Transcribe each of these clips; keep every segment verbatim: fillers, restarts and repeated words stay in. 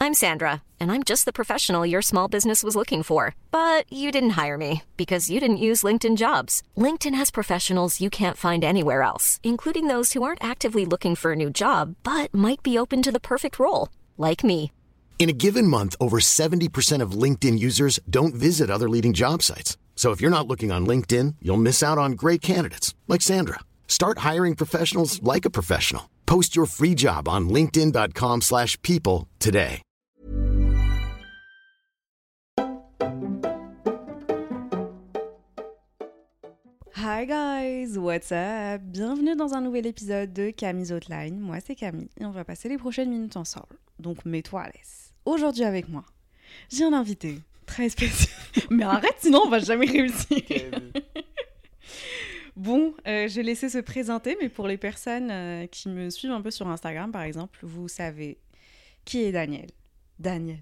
I'm Sandra, and I'm just the professional your small business was looking for. But you didn't hire me because you didn't use LinkedIn Jobs. LinkedIn has professionals you can't find anywhere else, including those who aren't actively looking for a new job, but might be open to the perfect role, like me. In a given month, over seventy percent of LinkedIn users don't visit other leading job sites. So if you're not looking on LinkedIn, you'll miss out on great candidates like Sandra. Start hiring professionals like a professional. Post your free job on linkedin.com slash people today. Hi guys, what's up? Bienvenue dans un nouvel épisode de Camille's Outline. Moi c'est Camille et on va passer les prochaines minutes ensemble. Donc mets-toi à l'aise. Aujourd'hui avec moi, j'ai un invité très spécial. Mais arrête, sinon on va jamais réussir. Bon, euh, j'ai laissé se présenter, mais pour les personnes euh, qui me suivent un peu sur Instagram, par exemple, vous savez qui est Daniel. Daniel.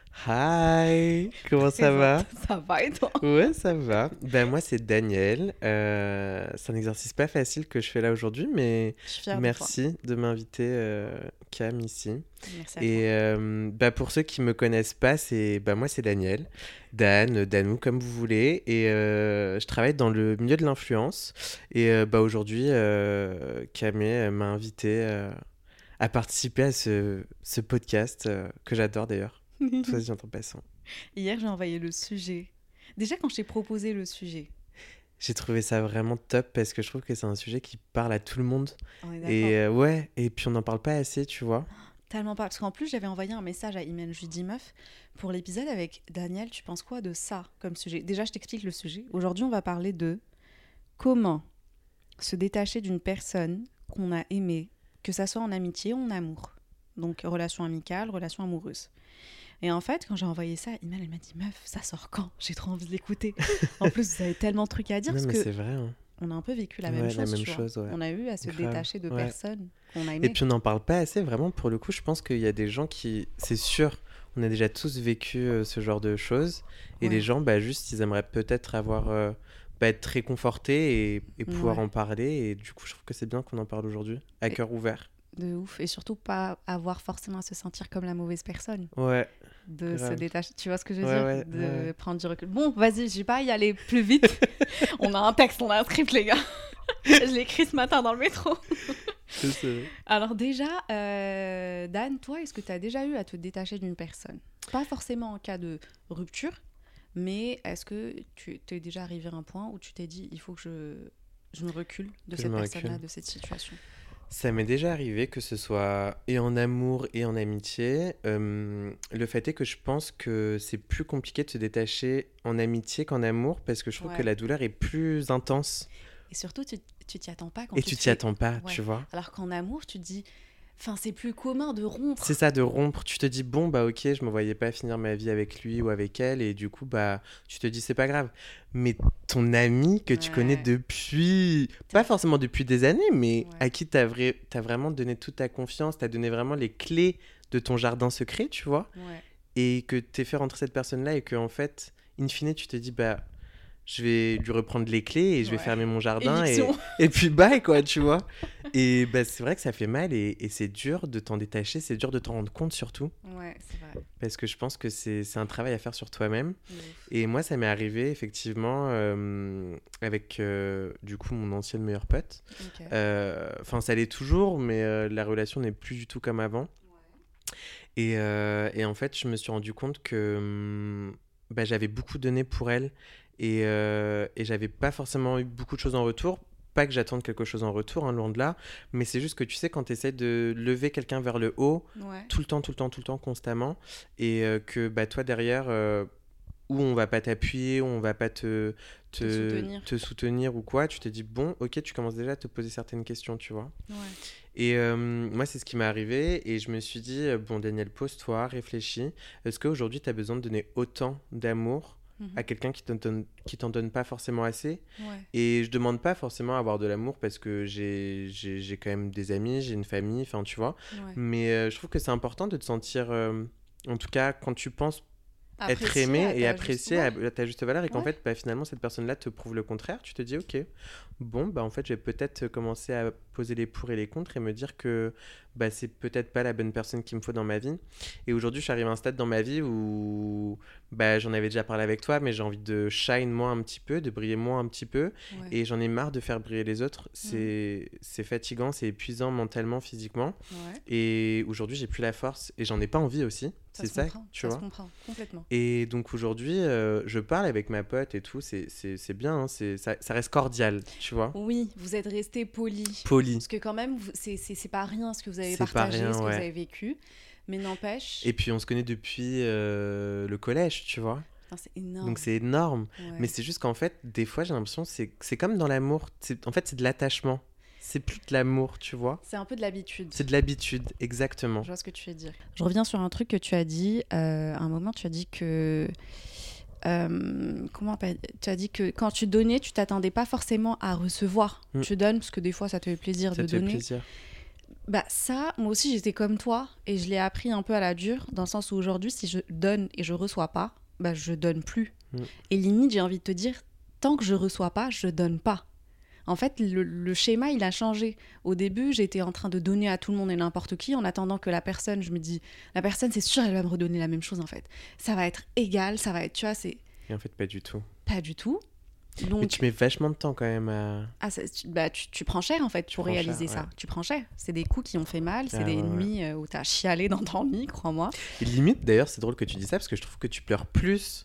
Hi, comment ça va? Ça va et toi? Ouais, ça va. Ben moi c'est Daniel. Euh, c'est un exercice pas facile que je fais là aujourd'hui, mais merci de, de m'inviter euh, Cam ici. Merci à et toi. Euh, bah, pour ceux qui me connaissent pas, c'est bah, moi c'est Daniel, Dan, Danou comme vous voulez, et euh, je travaille dans le milieu de l'influence. Et euh, bah aujourd'hui, euh, Camé m'a invité euh, à participer à ce, ce podcast euh, que j'adore d'ailleurs. Tout ça dit en passant. Hier, j'ai envoyé le sujet. Déjà, quand je t'ai proposé le sujet. J'ai trouvé ça vraiment top parce que je trouve que c'est un sujet qui parle à tout le monde. On est d'accord. Et euh, ouais, et puis on n'en parle pas assez, tu vois. Tellement pas. Parce qu'en plus, j'avais envoyé un message à Imen Judy Meuf pour l'épisode avec Daniel. Tu penses quoi de ça comme sujet? Déjà, je t'explique le sujet. Aujourd'hui, on va parler de comment se détacher d'une personne qu'on a aimée, que ça soit en amitié ou en amour. Donc, relation amicale, relation amoureuse. Et en fait, quand j'ai envoyé ça, Imen, elle m'a dit « Meuf, ça sort quand? J'ai trop envie de l'écouter. » En plus, vous avez tellement de trucs à dire. Non, parce mais que c'est vrai. Hein. On a un peu vécu la ouais, même chose, la même tu chose vois. ouais. On a eu à se Grave. détacher de ouais. personnes qu'on a aimées. Et puis on n'en parle pas assez, vraiment, pour le coup, je pense qu'il y a des gens qui... C'est sûr, on a déjà tous vécu euh, ce genre de choses. Et ouais. les gens, bah, juste, ils aimeraient peut-être avoir... Euh, bah, être réconfortés et, et pouvoir ouais. en parler. Et du coup, je trouve que c'est bien qu'on en parle aujourd'hui, à et... cœur ouvert. De ouf. Et surtout pas avoir forcément à se sentir comme la mauvaise personne. Ouais. De grave. se détacher. Tu vois ce que je veux ouais, dire ouais, De ouais. prendre du recul. Bon, vas-y, je vais pas y aller plus vite. On a un texte, on a un script, les gars. Je l'ai écrit ce matin dans le métro. Alors déjà, euh, Dan, toi, est-ce que tu as déjà eu à te détacher d'une personne? Pas forcément en cas de rupture, mais est-ce que tu t'es déjà arrivé à un point où tu t'es dit, il faut que je, je me recule de que cette personne-là, de cette situation? Ça m'est déjà arrivé, que ce soit et en amour et en amitié. Euh, le fait est que je pense que c'est plus compliqué de se détacher en amitié qu'en amour, parce que je trouve ouais. que la douleur est plus intense. Et surtout, tu, tu t'y attends pas. Quand et tu tu t'y fais... attends pas, ouais. tu vois. Alors qu'en amour, tu te dis... Enfin, c'est plus commun de rompre. C'est ça, de rompre. Tu te dis, bon, bah ok, je me voyais pas finir ma vie avec lui ou avec elle, et du coup, bah, tu te dis, c'est pas grave. Mais ton ami que ouais. tu connais depuis, T'es... pas forcément depuis des années, mais ouais. à qui t'as, vra... t'as vraiment donné toute ta confiance, t'as donné vraiment les clés de ton jardin secret, tu vois, ouais. et que t'es fait rentrer cette personne-là, et que en fait, in fine, tu te dis, bah, je vais lui reprendre les clés et je vais ouais. fermer mon jardin et, et puis bye quoi, tu vois. Et bah, c'est vrai que ça fait mal et, et c'est dur de t'en détacher, c'est dur de t'en rendre compte surtout. Ouais, c'est vrai. Parce que je pense que c'est, c'est un travail à faire sur toi-même. Mmh. Et moi, ça m'est arrivé effectivement euh, avec euh, du coup mon ancienne meilleure pote. Enfin, okay. euh, ça l'est toujours, mais euh, la relation n'est plus du tout comme avant. Ouais. Et, euh, et en fait, je me suis rendu compte que bah, j'avais beaucoup donné pour elle. Et, euh, et j'avais pas forcément eu beaucoup de choses en retour. Pas que j'attende quelque chose en retour, hein, loin de là. Mais c'est juste que tu sais, quand tu essaies de lever quelqu'un vers le haut, ouais. tout le temps, tout le temps, tout le temps, constamment, et euh, que bah, toi, derrière, euh, où on va pas t'appuyer, où on va pas te, te, te, soutenir. te soutenir ou quoi, tu te dis, bon, ok, tu commences déjà à te poser certaines questions, tu vois. Ouais. Et euh, moi, c'est ce qui m'est arrivé. Et je me suis dit, bon, Daniel, pose-toi, réfléchis. Est-ce qu'aujourd'hui, tu as besoin de donner autant d'amour à quelqu'un qui t'en donne, qui t'en donne pas forcément assez. Ouais. Et je demande pas forcément à avoir de l'amour parce que j'ai, j'ai, j'ai quand même des amis, j'ai une famille, enfin tu vois. Ouais. Mais euh, je trouve que c'est important de te sentir, euh, en tout cas quand tu penses apprécié être aimé et apprécié juste... ouais. à, à ta juste valeur et qu'en ouais. fait bah, finalement cette personne-là te prouve le contraire, tu te dis ok, bon bah en fait je vais peut-être commencer à poser les pour et les contre et me dire que bah, c'est peut-être pas la bonne personne qu'il me faut dans ma vie. Et aujourd'hui, je suis arrivé à un stade dans ma vie où bah, j'en avais déjà parlé avec toi, mais j'ai envie de shine moins un petit peu, de briller moins un petit peu. Ouais. Et j'en ai marre de faire briller les autres. C'est, mmh. c'est fatigant, c'est épuisant mentalement, physiquement. Ouais. Et aujourd'hui, j'ai plus la force et j'en ai pas envie aussi. Ça c'est se ça, comprend, tu ça vois. se comprend complètement. Et donc aujourd'hui, euh, je parle avec ma pote et tout, c'est, c'est, c'est bien, hein, c'est, ça, ça reste cordial, tu vois. Oui, vous êtes resté poli. Poli. Parce que quand même, c'est, c'est, c'est pas rien ce que vous avez c'est partagé, rien, ce que ouais. vous avez vécu, mais n'empêche... Et puis on se connaît depuis euh, le collège, tu vois. Enfin, c'est énorme. Donc c'est énorme. Ouais. Mais c'est juste qu'en fait, des fois, j'ai l'impression que c'est, c'est comme dans l'amour. C'est, en fait, c'est de l'attachement. C'est plus de l'amour, tu vois. C'est un peu de l'habitude. C'est de l'habitude, exactement. Je vois ce que tu veux dire. Je reviens sur un truc que tu as dit. Euh, à un moment, tu as dit que... Euh, comment tu as dit que quand tu donnais, tu t'attendais pas forcément à recevoir. Mm. Tu donnes parce que des fois, ça te fait plaisir ça de te donner. Fait plaisir. Bah ça, moi aussi, j'étais comme toi et je l'ai appris un peu à la dure, dans le sens où aujourd'hui, si je donne et je reçois pas, bah je donne plus. Mm. Et limite, j'ai envie de te dire, tant que je reçois pas, je donne pas. En fait, le, le schéma, il a changé. Au début, j'étais en train de donner à tout le monde et n'importe qui, en attendant que la personne, je me dis, la personne, c'est sûr, elle va me redonner la même chose, en fait. Ça va être égal, ça va être, tu vois, c'est... Et en fait, pas du tout. Pas du tout. Donc... Mais tu mets vachement de temps quand même à... Ah, ça, tu, bah, tu, tu prends cher, en fait, tu pour réaliser cher, ça. Ouais. Tu prends cher. C'est des coups qui ont fait mal, c'est ah, des ouais, nuits ouais. où t'as chialé dans ton lit, crois-moi. Et limite, d'ailleurs, c'est drôle que tu dis ça, parce que je trouve que tu pleures plus...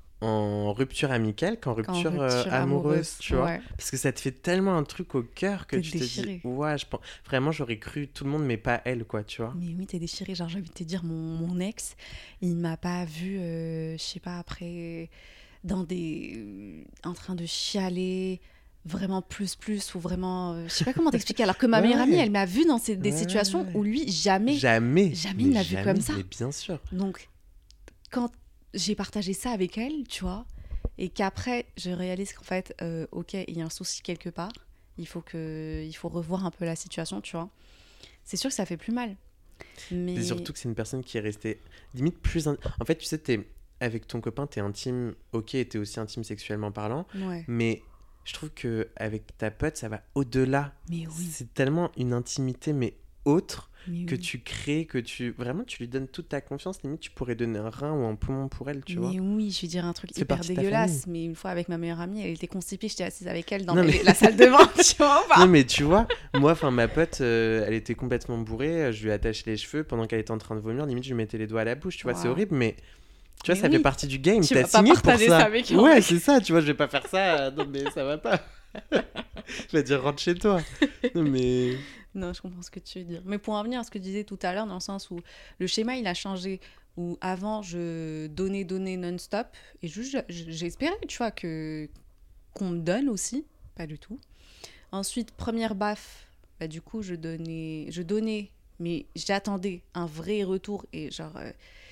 en rupture amicale qu'en rupture, rupture euh, amoureuse, amoureuse, tu vois. Ouais. Parce que ça te fait tellement un truc au cœur que t'es tu déchiré. te dis, ouais, je pense... vraiment, j'aurais cru tout le monde, mais pas elle, quoi, tu vois. Mais oui, t'es déchiré. Genre, j'ai envie de te dire, mon, mon ex, il m'a pas vu, euh, je sais pas, après, dans des... Euh, en train de chialer... vraiment plus plus ou vraiment euh, je sais pas comment t'expliquer alors que ma ouais, meilleure amie ouais. elle m'a vu dans ces, des ouais, situations ouais. où lui jamais jamais jamais il m'a vu comme ça mais bien sûr. Donc quand j'ai partagé ça avec elle, tu vois, et qu'après je réalise qu'en fait euh, ok, il y a un souci quelque part, il faut que il faut revoir un peu la situation, tu vois, c'est sûr que ça fait plus mal, mais et surtout que c'est une personne qui est restée limite plus in... en fait tu sais t'es avec ton copain t'es intime, ok, t'es aussi intime sexuellement parlant, ouais. mais je trouve qu'avec ta pote, ça va au-delà. Mais oui. C'est tellement une intimité, mais autre, mais que oui. tu crées, que tu... Vraiment, tu lui donnes toute ta confiance. Limite, tu pourrais donner un rein ou un poumon pour elle, tu mais vois. Mais oui, je vais dire un truc c'est hyper dégueulasse. Mais une fois, avec ma meilleure amie, elle était constipée, j'étais assise avec elle dans non, la, mais... la salle de bain, tu vois. Non, mais tu vois, moi, enfin, ma pote, euh, elle était complètement bourrée. Je lui ai attaché les cheveux pendant qu'elle était en train de vomir. Limite, je lui mettais les doigts à la bouche, tu vois. Wow. C'est horrible, mais... Tu vois, mais ça oui. fait partie du game. Tu T'as vas signé pas pour ça. ça avec ouais, mec. C'est ça. Tu vois, je vais pas faire ça. Non, mais ça va pas. Je vais dire rentre chez toi. Non, mais... non, je comprends ce que tu veux dire. Mais pour en venir à ce que tu disais tout à l'heure, dans le sens où le schéma, il a changé. Où avant, je donnais, donnais non-stop. Et juste, j'espérais, tu vois, que... qu'on me donne aussi. Pas du tout. Ensuite, première baffe, bah, du coup, je donnais, je donnais, mais j'attendais un vrai retour. Et genre, euh,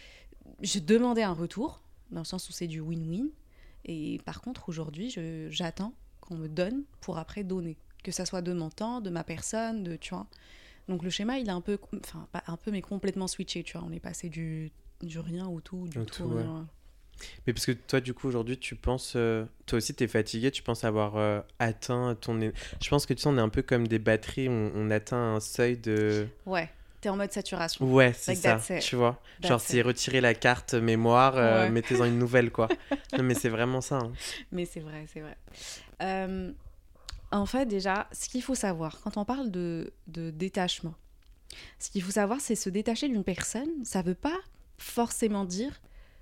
je demandais un retour, dans le sens où c'est du win-win. Et par contre, aujourd'hui, je, j'attends qu'on me donne pour après donner. Que ça soit de mon temps, de ma personne, de, tu vois. Donc le schéma, il est un peu, enfin, pas un peu, mais complètement switché, tu vois. On est passé du, du rien au tout, du au tout. tout ouais. Rien. Mais parce que toi, du coup, aujourd'hui, tu penses... Euh, toi aussi, t'es fatigué, tu penses avoir euh, atteint ton... Je pense que, tu sais, on est un peu comme des batteries, on, on atteint un seuil de... Ouais. T'es en mode saturation. Ouais, c'est like ça, tu vois. That's Genre, c'est it. Retirer la carte mémoire, euh, ouais. mettez-en une nouvelle, quoi. Non, mais c'est vraiment ça. Hein. Mais c'est vrai, c'est vrai. Euh, en fait, déjà, ce qu'il faut savoir, quand on parle de, de détachement, ce qu'il faut savoir, c'est se détacher d'une personne, ça veut pas forcément dire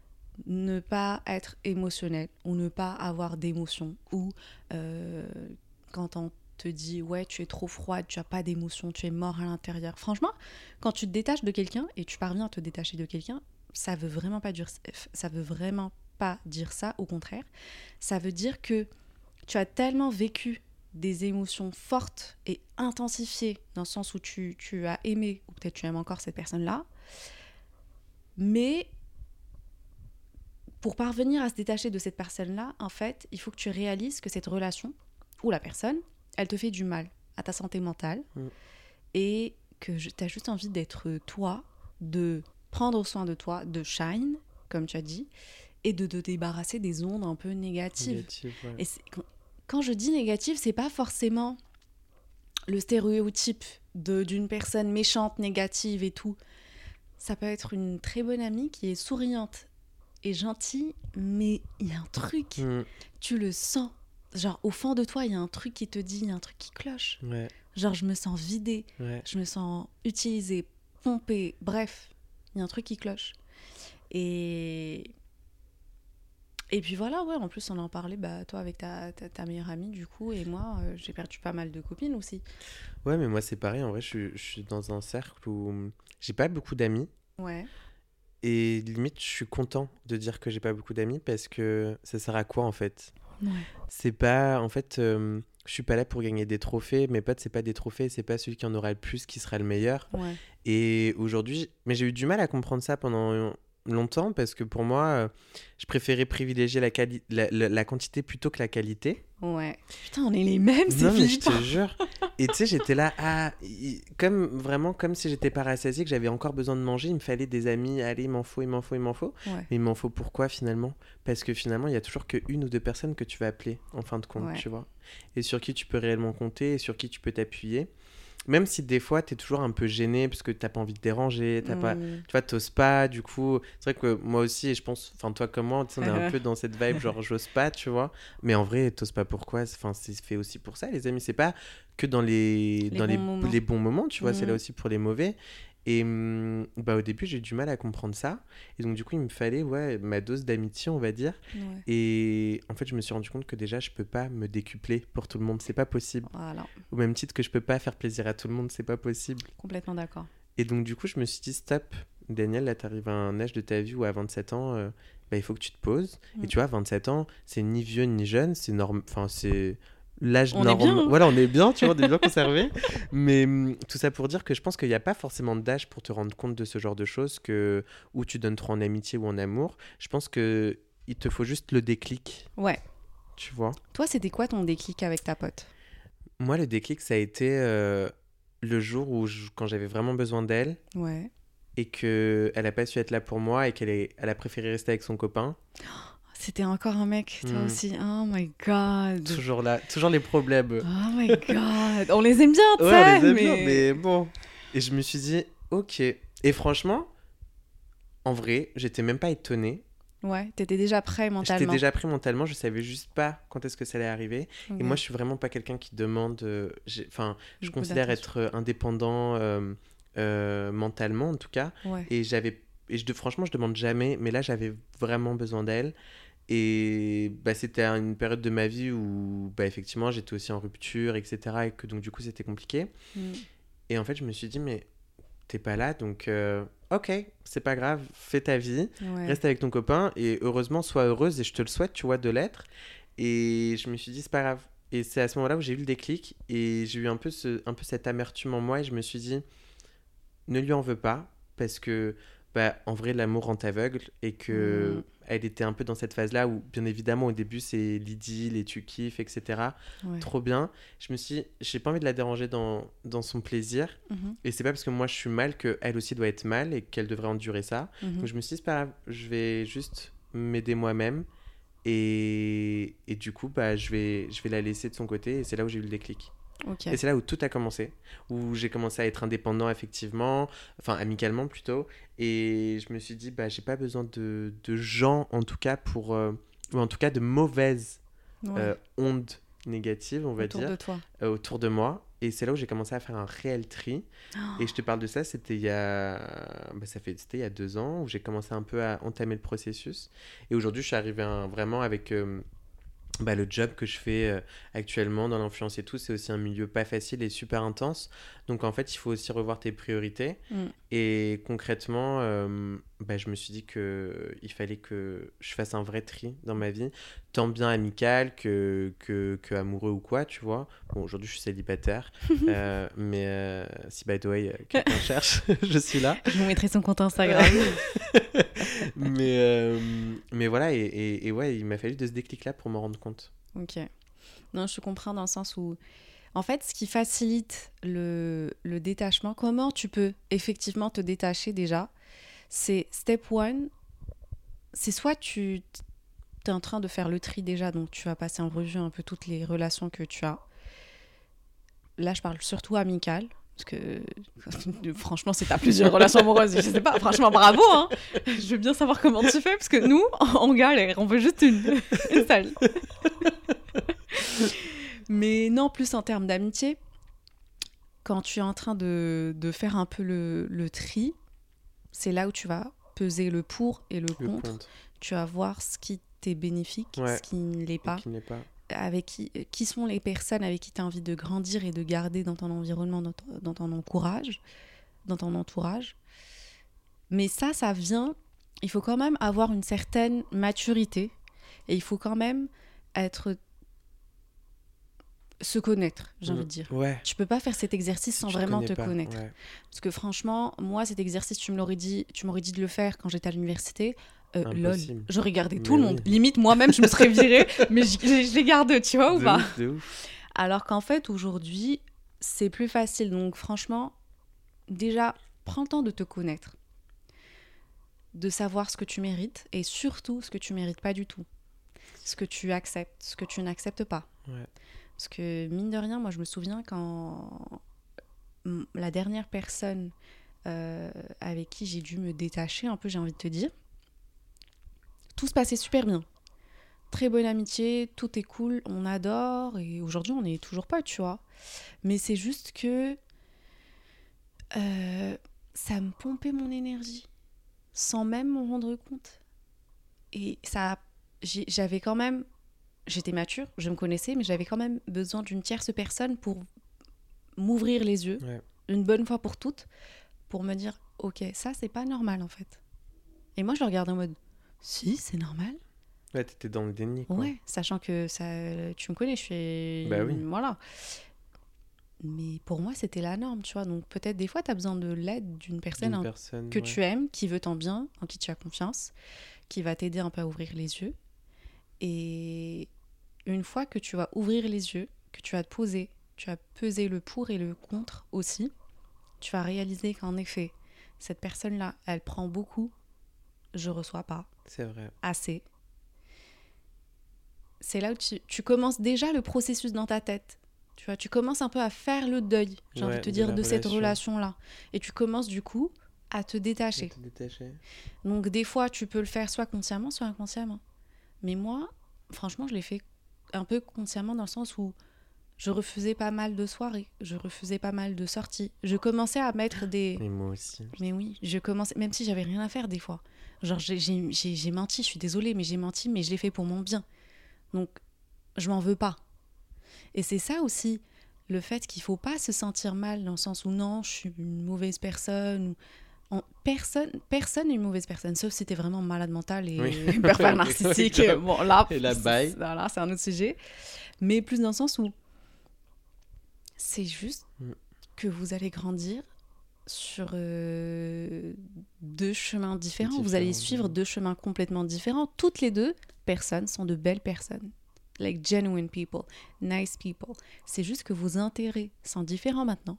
ne pas être émotionnel ou ne pas avoir d'émotions. Ou euh, quand on te dit ouais tu es trop froide, tu as pas d'émotion, tu es mort à l'intérieur. Franchement, quand tu te détaches de quelqu'un et tu parviens à te détacher de quelqu'un, ça veut vraiment pas dire ça veut vraiment pas dire ça, au contraire, ça veut dire que tu as tellement vécu des émotions fortes et intensifiées dans le sens où tu, tu as aimé ou peut-être tu aimes encore cette personne-là, mais pour parvenir à se détacher de cette personne-là, en fait, il faut que tu réalises que cette relation ou la personne, elle te fait du mal à ta santé mentale mmh. et que tu as juste envie d'être toi, de prendre soin de toi, de shine, comme tu as dit, et de te débarrasser des ondes un peu négatives. Négative, ouais. Et c'est, quand, quand je dis négative, c'est pas forcément le stéréotype de, d'une personne méchante, négative et tout. Ça peut être une très bonne amie qui est souriante et gentille, mais il y a un truc, mmh. tu le sens. Genre, au fond de toi, il y a un truc qui te dit, il y a un truc qui cloche. Ouais. Genre, je me sens vidée, ouais. je me sens utilisée, pompée, bref, il y a un truc qui cloche. Et... Et puis voilà, ouais, en plus, on en parlait, bah, toi, avec ta, ta, ta meilleure amie, du coup, et moi, euh, j'ai perdu pas mal de copines aussi. Ouais, mais moi, c'est pareil, en vrai, je suis, je suis dans un cercle où j'ai pas beaucoup d'amis. Ouais. Et limite, je suis content de dire que j'ai pas beaucoup d'amis parce que ça sert à quoi, en fait ? Ouais. C'est pas, en fait, euh, je suis pas là pour gagner des trophées. Mes potes, c'est pas des trophées, c'est pas celui qui en aura le plus qui sera le meilleur. Ouais. Et aujourd'hui, mais j'ai eu du mal à comprendre ça pendant longtemps parce que pour moi, euh, je préférais privilégier la, quali- la, la, la quantité plutôt que la qualité. Ouais. Putain, on est les mêmes, c'est Non, mais je flippant. te jure. Et tu sais, j'étais là, ah, il- comme vraiment comme si j'étais pas rassasiée, que j'avais encore besoin de manger, il me fallait des amis, allez, il m'en faut, il m'en faut, il m'en faut. Ouais. Mais il m'en faut pourquoi finalement ? Parce que finalement, il y a toujours qu'une ou deux personnes que tu vas appeler en fin de compte, Ouais. tu vois. Et sur qui tu peux réellement compter et sur qui tu peux t'appuyer. Même si des fois, t'es toujours un peu gêné parce que t'as pas envie de déranger, t'as mmh. pas, tu vois, t'oses pas, du coup. C'est vrai que moi aussi, et je pense, enfin, toi comme moi, on est un peu dans cette vibe, genre, j'ose pas, tu vois. Mais en vrai, t'oses pas pourquoi ? Enfin, c'est fait aussi pour ça, les amis. C'est pas que dans les, Les dans bons les, moments. les bons moments, tu vois, Mmh. c'est là aussi pour les mauvais. Et hum, bah, au début, j'ai eu du mal à comprendre ça. Et donc, du coup, il me fallait, ouais, ma dose d'amitié, on va dire. Ouais. Et en fait, je me suis rendu compte que déjà, je peux pas me décupler pour tout le monde. C'est pas possible. Voilà. Au même titre que je peux pas faire plaisir à tout le monde, c'est pas possible. Complètement d'accord. Et donc, du coup, je me suis dit, stop, Daniel, là, t'arrives à un âge de ta vie où à vingt-sept ans, euh, bah, il faut que tu te poses. Mm. Et tu vois, vingt-sept ans, c'est ni vieux ni jeune, c'est norm... enfin, c'est l'âge on normal. Est bien, hein. Voilà, on est bien, tu vois, on est bien conservé. Mais hum, tout ça pour dire que je pense qu'il n'y a pas forcément d'âge pour te rendre compte de ce genre de choses, que où tu donnes trop en amitié ou en amour. Je pense que il te faut juste le déclic. Ouais. Tu vois. Toi, c'était quoi ton déclic avec ta pote ? Moi, le déclic, ça a été euh, le jour où, je, quand j'avais vraiment besoin d'elle, ouais. et qu'elle n'a pas su être là pour moi, et qu'elle est, elle a préféré rester avec son copain. C'était encore un mec, toi mmh. aussi. Oh my God. Toujours là, toujours les problèmes. Oh my God. On les aime bien, tu sais. Ouais, on les aime mais... bien, mais bon. Et je me suis dit, ok. Et franchement, en vrai, j'étais même pas étonnée. Ouais, t'étais déjà prêt mentalement. J'étais déjà prêt mentalement, je savais juste pas quand est-ce que ça allait arriver. Okay. Et moi, je suis vraiment pas quelqu'un qui demande. Euh, enfin, je Beaucoup considère être indépendant euh, euh, mentalement, en tout cas. Ouais. Et j'avais, et je, franchement, je demande jamais. Mais là, j'avais vraiment besoin d'elle. Et bah, c'était une période de ma vie où, bah, effectivement, j'étais aussi en rupture, et cetera. Et que donc, du coup, c'était compliqué. Mm. Et en fait, je me suis dit, mais t'es pas là, donc euh, ok, c'est pas grave, fais ta vie, ouais. Reste avec ton copain et heureusement, sois heureuse et je te le souhaite, tu vois, de l'être. Et je me suis dit, c'est pas grave. Et c'est à ce moment-là où j'ai eu le déclic et j'ai eu un peu, ce, un peu cette amertume en moi et je me suis dit, ne lui en veux pas parce que, bah, en vrai, l'amour rend aveugle et que mmh. elle était un peu dans cette phase-là où, bien évidemment, au début, c'est l'idylle et tu kiffes, et cetera. Ouais. Trop bien. Je me suis dit, j'ai pas envie de la déranger dans, dans son plaisir. Mmh. Et c'est pas parce que moi, je suis mal qu'elle aussi doit être mal et qu'elle devrait endurer ça. Mmh. Donc, je me suis dit, c'est pas grave, je vais juste m'aider moi-même. Et, et du coup, bah, je, vais, je vais la laisser de son côté. Et c'est là où j'ai eu le déclic. Okay. Et c'est là où tout a commencé, où j'ai commencé à être indépendant effectivement, enfin amicalement plutôt, et je me suis dit bah j'ai pas besoin de, de gens en tout cas pour, euh, ou en tout cas de mauvaises ouais. euh, ondes négatives on va autour dire, de toi. Euh, autour de moi, et c'est là où j'ai commencé à faire un réel tri. Oh. Et je te parle de ça, c'était il y a, bah, ça fait c'était il y a deux ans où j'ai commencé un peu à entamer le processus, et aujourd'hui je suis arrivé à, vraiment avec euh, Bah, le job que je fais euh, actuellement dans l'influence et tout, c'est aussi un milieu pas facile et super intense. Donc en fait, il faut aussi revoir tes priorités. Mm. Et concrètement, euh, bah, je me suis dit qu'il fallait que je fasse un vrai tri dans ma vie, tant bien amical que, que, que amoureux ou quoi, tu vois. Bon, aujourd'hui, je suis célibataire, euh, mais euh, si by the way, quelqu'un cherche, je suis là. Je vous mettrai son compte Instagram. mais, euh, mais voilà, et, et, et ouais, il m'a fallu de ce déclic-là pour me rendre compte. Ok. Non, je te comprends dans le sens où, en fait, ce qui facilite le, le détachement, comment tu peux effectivement te détacher déjà, c'est step one, c'est soit tu es en train de faire le tri déjà, donc tu vas passer en revue un peu toutes les relations que tu as. là, je parle surtout amicale. Parce que, franchement, si t'as plusieurs relations amoureuses, je sais pas, franchement, bravo, hein. Je veux bien savoir comment tu fais, parce que nous, on galère, on veut juste une, une seule. Mais non, plus en termes d'amitié, quand tu es en train de, de faire un peu le, le tri, c'est là où tu vas peser le pour et le, le contre. contre. Tu vas voir ce qui t'est bénéfique, ouais. ce qui ne l'est pas. Qui n'est pas. Avec qui, qui sont les personnes avec qui tu as envie de grandir et de garder dans ton environnement, dans ton, dans ton entourage, dans ton entourage. Mais ça, ça vient... Il faut quand même avoir une certaine maturité et il faut quand même être... se connaître, j'ai mmh. envie de dire. Ouais. Tu peux pas faire cet exercice sans vraiment te pas, connaître. Ouais. Parce que franchement, moi, cet exercice, tu me l'aurais dit, tu m'aurais dit de le faire quand j'étais à l'université. Euh, lol, j'aurais gardé tout mais le monde. Oui. Limite, moi-même, je me serais virée, mais je, je, je les garde, tu vois, ou de pas ouf, de ouf. Alors qu'en fait, aujourd'hui, c'est plus facile. Donc, franchement, déjà, prends le temps de te connaître, de savoir ce que tu mérites et surtout ce que tu mérites pas du tout, ce que tu acceptes, ce que tu n'acceptes pas. Ouais. Parce que, mine de rien, moi, je me souviens quand la dernière personne euh, avec qui j'ai dû me détacher, un peu, j'ai envie de te dire, tout se passait super bien. Très bonne amitié, tout est cool, on adore. Et aujourd'hui, on n'est toujours pas, tu vois. Mais c'est juste que euh, ça me pompait mon énergie sans même m'en rendre compte. Et ça, j'ai, j'avais quand même... J'étais mature, je me connaissais, mais j'avais quand même besoin d'une tierce personne pour m'ouvrir les yeux, ouais. une bonne fois pour toutes, pour me dire, ok, ça, c'est pas normal, en fait. Et moi, je le regardais en mode... Si, c'est normal. Ouais, t'étais dans le déni, quoi. Ouais, sachant que ça, tu me connais, je suis... Bah oui. Voilà. Mais pour moi, c'était la norme, tu vois. Donc peut-être des fois, t'as besoin de l'aide d'une personne, d'une hein, personne que ouais. tu aimes, qui veut ton bien, en qui tu as confiance, qui va t'aider un peu à ouvrir les yeux. Et une fois que tu vas ouvrir les yeux, que tu vas te poser, tu vas peser le pour et le contre aussi, tu vas réaliser qu'en effet, cette personne-là, elle prend beaucoup, je reçois pas. C'est vrai. Assez. C'est là où tu, tu commences déjà le processus dans ta tête. Tu vois, tu commences un peu à faire le deuil, j'ai ouais, envie de te de dire, de relation. cette relation-là. Et tu commences du coup à te détacher. À te détacher. Donc des fois, tu peux le faire soit consciemment, soit inconsciemment. Mais moi, franchement, je l'ai fait un peu consciemment dans le sens où je refusais pas mal de soirées, je refusais pas mal de sorties. Je commençais à mettre des... Mais moi aussi. Mais oui, je commençais, même si j'avais rien à faire des fois. Genre, j'ai, j'ai, j'ai, j'ai menti, je suis désolée, mais j'ai menti, mais je l'ai fait pour mon bien. Donc, je m'en veux pas. Et c'est ça aussi, le fait qu'il faut pas se sentir mal dans le sens où non, je suis une mauvaise personne. Ou... En... Personne personne n'est une mauvaise personne, sauf si t'es vraiment malade mental et oui. pervers narcissique. Oui, bon, là, et la baille. C'est, voilà, c'est un autre sujet. Mais plus dans le sens où c'est juste mm. que vous allez grandir sur euh, deux chemins différents. différents. Vous allez suivre deux chemins complètement différents. Toutes les deux personnes sont de belles personnes. Like genuine people, nice people. C'est juste que vos intérêts sont différents maintenant.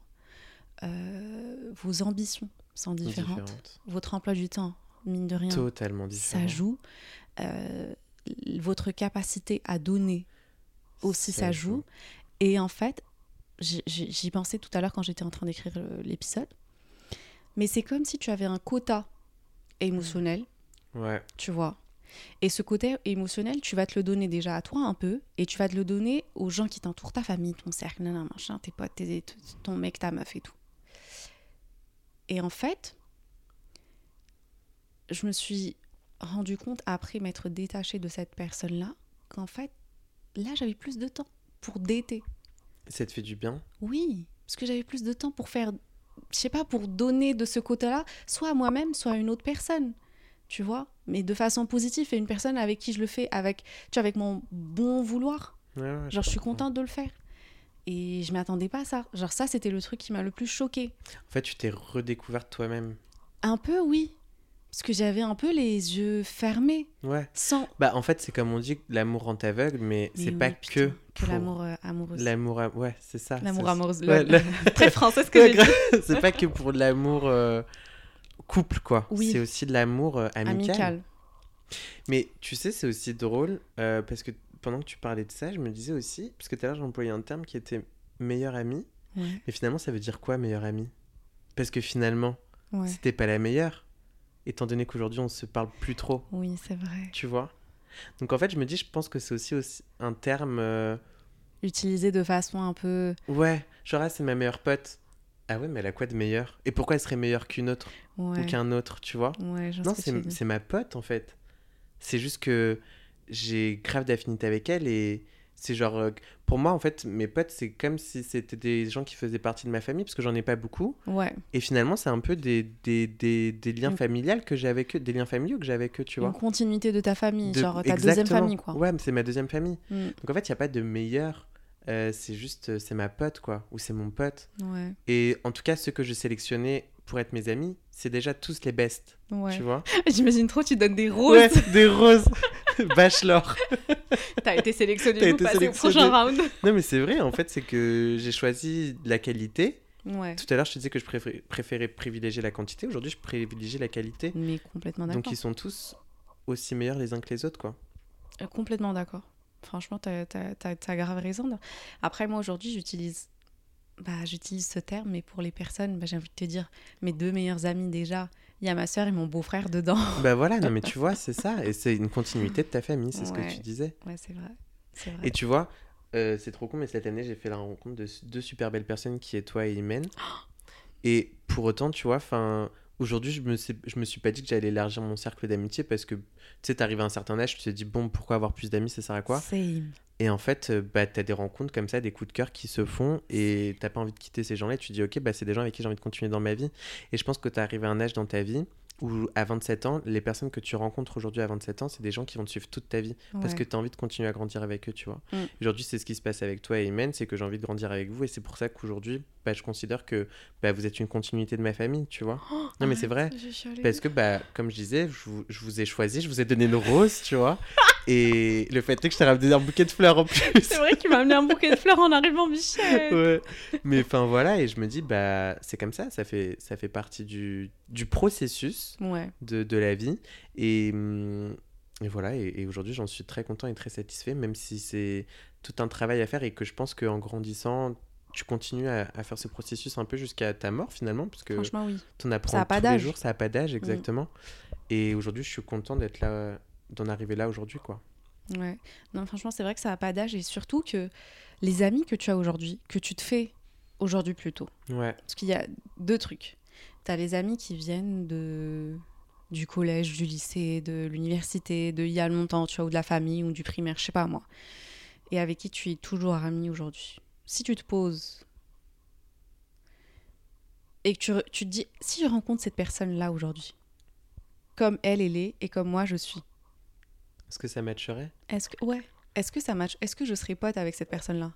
Euh, vos ambitions sont différentes. différentes. Votre emploi du temps, mine de rien, totalement différent. Ça joue. Euh, votre capacité à donner aussi, ça, ça joue. joue. Et en fait, j'y, j'y pensais tout à l'heure quand j'étais en train d'écrire l'épisode. Mais c'est comme si tu avais un quota émotionnel, ouais. tu vois. Et ce côté émotionnel, tu vas te le donner déjà à toi un peu, et tu vas te le donner aux gens qui t'entourent, ta famille, ton cercle, nan, machin, tes potes, tes, ton mec, ta meuf et tout. Et en fait, je me suis rendu compte, après m'être détachée de cette personne-là, qu'en fait, là, j'avais plus de temps pour dater. Ça te fait du bien ? Oui, parce que j'avais plus de temps pour faire, je sais pas, pour donner de ce côté-là, soit à moi-même, soit à une autre personne. Tu vois, mais de façon positive, et une personne avec qui je le fais avec, tu vois, avec mon bon vouloir. Ouais, ouais, genre, je, je suis contente de le faire. Et je m'attendais pas à ça. Genre, ça, c'était le truc qui m'a le plus choquée. En fait, tu t'es redécouverte toi-même. Un peu, oui. Parce que j'avais un peu les yeux fermés. Ouais. Sans... Bah, en fait, c'est comme on dit, l'amour rend aveugle, mais, mais c'est oui, pas putain, que... Que pour... l'amour euh, amoureux. L'amour, a... ouais, c'est ça. L'amour c'est... amoureux. Ouais, le... le... Très français, ce que j'ai dit. C'est pas que pour l'amour euh, couple, quoi. Oui. C'est aussi de l'amour euh, amical. Amical. Mais tu sais, c'est aussi drôle, euh, parce que pendant que tu parlais de ça, je me disais aussi, parce que tout à l'heure, j'employais un terme qui était meilleur ami. Ouais. Mais finalement, ça veut dire quoi, meilleure amie? Parce que finalement, Ouais. c'était pas la meilleure, étant donné qu'aujourd'hui, on se parle plus trop. Oui, c'est vrai. Tu vois? Donc en fait, je me dis, je pense que c'est aussi, aussi un terme... euh, Utilisé de façon un peu... Ouais, genre, ah, c'est ma meilleure pote. Ah ouais, mais elle a quoi de meilleur? Et pourquoi elle serait meilleure qu'une autre? Ouais. Ou qu'un autre, tu vois? Ouais, je Non, sais ce que tu veux c'est, dire. c'est ma pote, en fait. C'est juste que j'ai grave d'affinité avec elle et c'est genre... euh, pour moi, en fait, mes potes, c'est comme si c'était des gens qui faisaient partie de ma famille, parce que j'en ai pas beaucoup. Ouais. Et finalement, c'est un peu des, des, des, des liens Une- familiaux que j'ai avec eux, des liens familiaux que j'ai avec eux, tu vois. Une continuité de ta famille, De- genre ta deuxième Exactement. famille, quoi. Ouais, mais c'est ma deuxième famille. Mm. Donc en fait, il n'y a pas de meilleur. Euh, c'est juste, euh, c'est ma pote, quoi. Ou c'est mon pote. Ouais. Et en tout cas, ceux que je sélectionnais pour être mes amis, c'est déjà tous les best. Ouais. Tu vois? J'imagine trop, tu donnes des roses. Ouais, des roses. Bachelor. T'as été sélectionné T'as pour été passer sélectionné. au prochain round. Non, mais c'est vrai, en fait, c'est que j'ai choisi la qualité. Ouais. Tout à l'heure, je te disais que je préférais, préférais privilégier la quantité. Aujourd'hui, je privilégie la qualité. Mais complètement d'accord. Donc, ils sont tous aussi meilleurs les uns que les autres, quoi. Euh, Complètement d'accord. Franchement, t'as, t'as, t'as, t'as grave raison. Après, moi, aujourd'hui, j'utilise... Bah, j'utilise ce terme, mais pour les personnes, bah, j'ai envie de te dire, mes deux meilleurs amis déjà, il y a ma soeur et mon beau-frère dedans. Bah voilà, non mais tu vois, c'est ça. Et c'est une continuité de ta famille, c'est ce Ouais. que tu disais. Ouais, c'est vrai. C'est vrai. Et tu vois, euh, c'est trop con, mais cette année, j'ai fait la rencontre de deux super belles personnes qui est toi et Imen. Et pour autant, tu vois, enfin, aujourd'hui, je me, sais- je me suis pas dit que j'allais élargir mon cercle d'amitié parce que, tu sais, t'arrives à un certain âge, tu te dis, bon, pourquoi avoir plus d'amis, ça sert à quoi? Same. Et en fait, euh, bah, t'as des rencontres comme ça, des coups de cœur qui se font et t'as pas envie de quitter ces gens-là. Et tu te dis, ok, bah, c'est des gens avec qui j'ai envie de continuer dans ma vie. Et je pense que t'es arrivé à un âge dans ta vie où, à vingt-sept ans, les personnes que tu rencontres aujourd'hui à vingt-sept ans, c'est des gens qui vont te suivre toute ta vie parce Ouais. que t'as envie de continuer à grandir avec eux, tu vois. Mm. Aujourd'hui, c'est ce qui se passe avec toi et Imen, c'est que j'ai envie de grandir avec vous et c'est pour ça qu'aujourd'hui, bah, je considère que bah, vous êtes une continuité de ma famille, tu vois. Non, mais c'est vrai. Arrête, j'ai chialé. Parce que, bah, comme je disais, je vous, je vous ai choisi, je vous ai donné une rose, tu vois. Et le fait est que je t'ai ramené un bouquet de fleurs en plus. C'est vrai qu'il m'a amené un bouquet de fleurs en arrivant, Michel. Ouais. Mais enfin voilà, et je me dis, bah, c'est comme ça, ça fait, ça fait partie du, du processus Ouais. de, de la vie. Et, hum, et voilà, et, et aujourd'hui, j'en suis très content et très satisfait, même si c'est tout un travail à faire et que je pense qu'en grandissant, tu continues à, à faire ce processus un peu jusqu'à ta mort finalement, parce que Franchement, oui. t'en apprends Ça a pas tous les d'âge. jours, ça n'a pas d'âge, exactement. Et aujourd'hui, je suis content d'être là, d'en arriver là aujourd'hui, quoi. Ouais. Non, franchement, c'est vrai que ça n'a pas d'âge et surtout que les amis que tu as aujourd'hui, que tu te fais aujourd'hui plutôt. Ouais. Parce qu'il y a deux trucs. Tu as les amis qui viennent de... du collège, du lycée, de l'université, de il y a longtemps, tu vois, ou de la famille, ou du primaire, je sais pas moi. Et avec qui tu es toujours ami aujourd'hui. Si tu te poses et que tu, re- tu te dis, si je rencontre cette personne-là aujourd'hui, comme elle, elle est, et comme moi, je suis, Est-ce que ça matcherait? est-ce que, ouais, est-ce que ça match? Est-ce que je serais pote avec cette personne-là?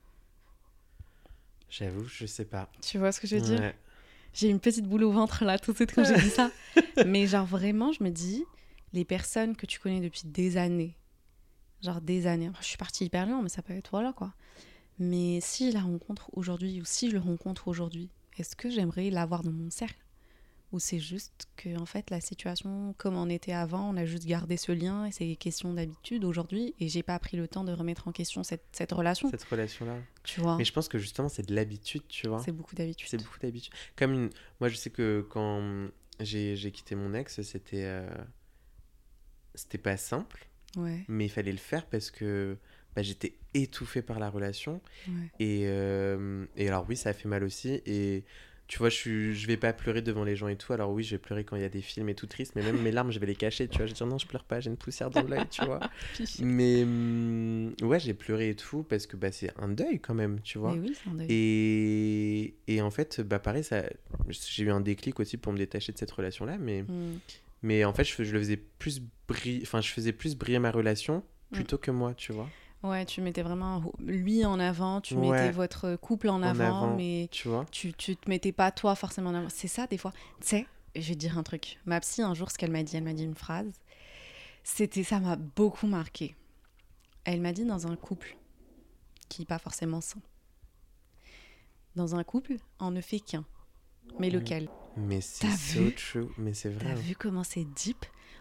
J'avoue, je sais pas. Tu vois ce que je veux dire? Ouais. J'ai une petite boule au ventre là tout de suite quand j'ai dit ça. Mais genre vraiment, je me dis, les personnes que tu connais depuis des années, genre des années, enfin, je suis partie hyper loin, mais ça peut être voilà quoi. Mais si je la rencontre aujourd'hui ou si je le rencontre aujourd'hui, est-ce que j'aimerais l'avoir dans mon cercle? Ou c'est juste que en fait la situation comme on était avant, on a juste gardé ce lien et c'est question d'habitude aujourd'hui et j'ai pas pris le temps de remettre en question cette, cette relation, Cette relation-là. tu vois. Mais je pense que justement, c'est de l'habitude, tu vois. C'est beaucoup d'habitude. C'est beaucoup d'habitude. Comme une... Moi, je sais que quand j'ai, j'ai quitté mon ex, c'était... euh, C'était pas simple, Ouais, mais il fallait le faire parce que bah, j'étais étouffé par la relation. ouais. Et, euh, et alors oui, ça a fait mal aussi. Et tu vois, je, suis, je vais pas pleurer devant les gens et tout. Alors oui, je vais pleurer quand il y a des films et tout triste, mais même mes larmes, je vais les cacher, tu vois. Je vais dire non, je pleure pas, j'ai une poussière dans l'œil, tu vois. Mais hum, ouais, j'ai pleuré et tout parce que bah, c'est un deuil quand même, tu vois. Mais oui, c'est un deuil. Et, et en fait, bah pareil, ça, j'ai eu un déclic aussi pour me détacher de cette relation-là, mais, Mm. mais en fait, je, je le faisais plus briller, enfin, je faisais plus briller ma relation plutôt que moi, tu vois. Ouais, tu mettais vraiment lui en avant, tu Ouais. mettais votre couple en, En avant, avant, mais tu vois. tu, tu te mettais pas toi forcément en avant. C'est ça, des fois. Tu sais, je vais te dire un truc. Ma psy, un jour, ce qu'elle m'a dit, elle m'a dit une phrase. C'était, ça m'a beaucoup marqué. Elle m'a dit dans un couple qui n'est pas forcément sain. Dans un couple, on ne fait qu'un. Mais Mm. lequel? Mais c'est T'as so vu true, mais c'est vrai. T'as hein. vu comment c'est deep?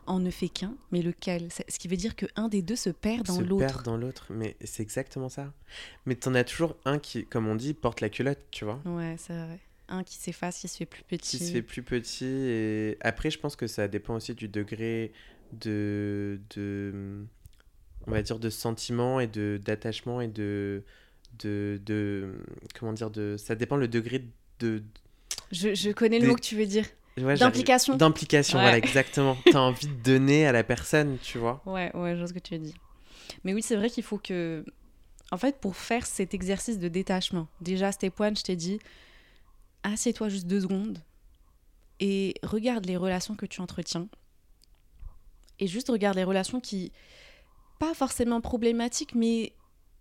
en ne fait qu'un, mais lequel ? Ce qui veut dire qu'un des deux se perd dans se l'autre. Se perd dans l'autre, mais c'est exactement ça. Mais t'en as toujours un qui, comme on dit, porte la culotte, tu vois. Ouais, c'est vrai. Un qui s'efface, qui se fait plus petit. Qui se fait plus petit. Et après, je pense que ça dépend aussi du degré de... de on va dire de sentiment et de, d'attachement et de... de, de comment dire de, ça dépend le degré de... Je, je connais le des... mot que tu veux dire. Ouais, d'implication. D'implication, ouais. Voilà, exactement. T'as envie de donner à la personne, tu vois. Ouais, ouais, je vois ce que tu veux dire. Mais oui, c'est vrai qu'il faut que... En fait, pour faire cet exercice de détachement, déjà, step one, je t'ai dit, assieds-toi juste deux secondes et regarde les relations que tu entretiens. Et juste regarde les relations qui... Pas forcément problématiques, mais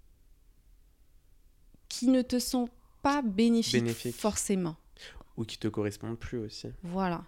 qui ne te sont pas bénéfiques Bénéfique. forcément. Ou qui te correspondent plus aussi. Voilà.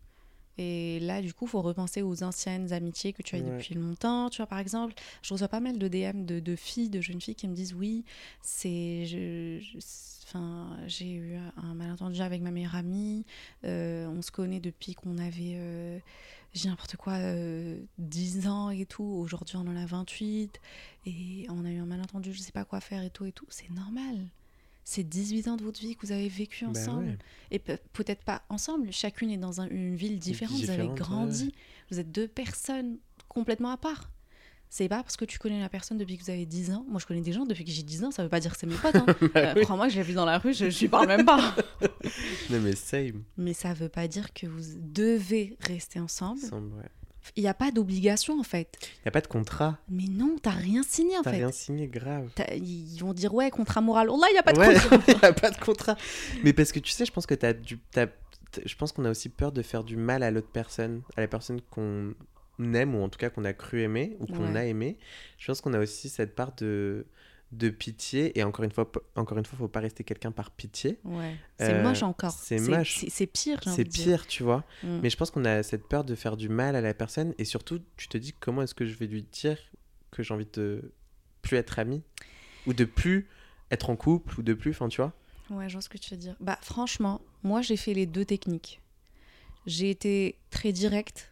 Et là, du coup, il faut repenser aux anciennes amitiés que tu as ouais. depuis longtemps. Tu vois, par exemple, je reçois pas mal de D M de, de filles, de jeunes filles qui me disent « Oui, c'est, je, je, enfin, j'ai eu un malentendu avec ma meilleure amie. Euh, on se connaît depuis qu'on avait, euh, j'ai n'importe quoi, euh, dix ans et tout. Aujourd'hui, on en a vingt-huit. Et on a eu un malentendu, je sais pas quoi faire et tout et tout. C'est normal. » C'est dix-huit ans de votre vie que vous avez vécu ensemble. Bah ouais. Et pe- peut-être pas ensemble. Chacune est dans un, une ville différente. Différente. Vous avez grandi. Ouais. Vous êtes deux personnes complètement à part. C'est pas parce que tu connais la personne depuis que vous avez dix ans. Moi, je connais des gens depuis que j'ai dix ans. Ça veut pas dire que c'est mes potes. Hein. bah euh, oui. Crois-moi, je l'ai vu dans la rue. Je, je lui parle même pas. Non, mais same. Mais ça veut pas dire que vous devez rester ensemble. Ensemble, ouais. Il n'y a pas d'obligation, en fait. Il n'y a pas de contrat. Mais non, t'as rien signé, en t'as fait. T'as rien signé, grave. T'as... Ils vont dire, ouais, contrat moral. Oh là, il n'y a pas de ouais, contrat. Il n'y a pas de contrat. Mais parce que tu sais, je pense que t'as du... t'as... Je pense qu'on a aussi peur de faire du mal à l'autre personne, à la personne qu'on aime, ou en tout cas qu'on a cru aimer, ou qu'on ouais. a aimé. Je pense qu'on a aussi cette part de... de pitié, et encore une fois, encore une fois, faut pas rester quelqu'un par pitié. Ouais. C'est euh, moche encore. C'est, c'est moche. C'est, c'est pire, j'ai C'est envie de pire, dire. tu vois. Mm. Mais je pense qu'on a cette peur de faire du mal à la personne, et surtout, tu te dis comment est-ce que je vais lui dire que j'ai envie de plus être amie, ou de plus être en couple, ou de plus, enfin, tu vois. Ouais, je vois ce que tu veux dire. Bah, franchement, moi, j'ai fait les deux techniques. J'ai été très directe,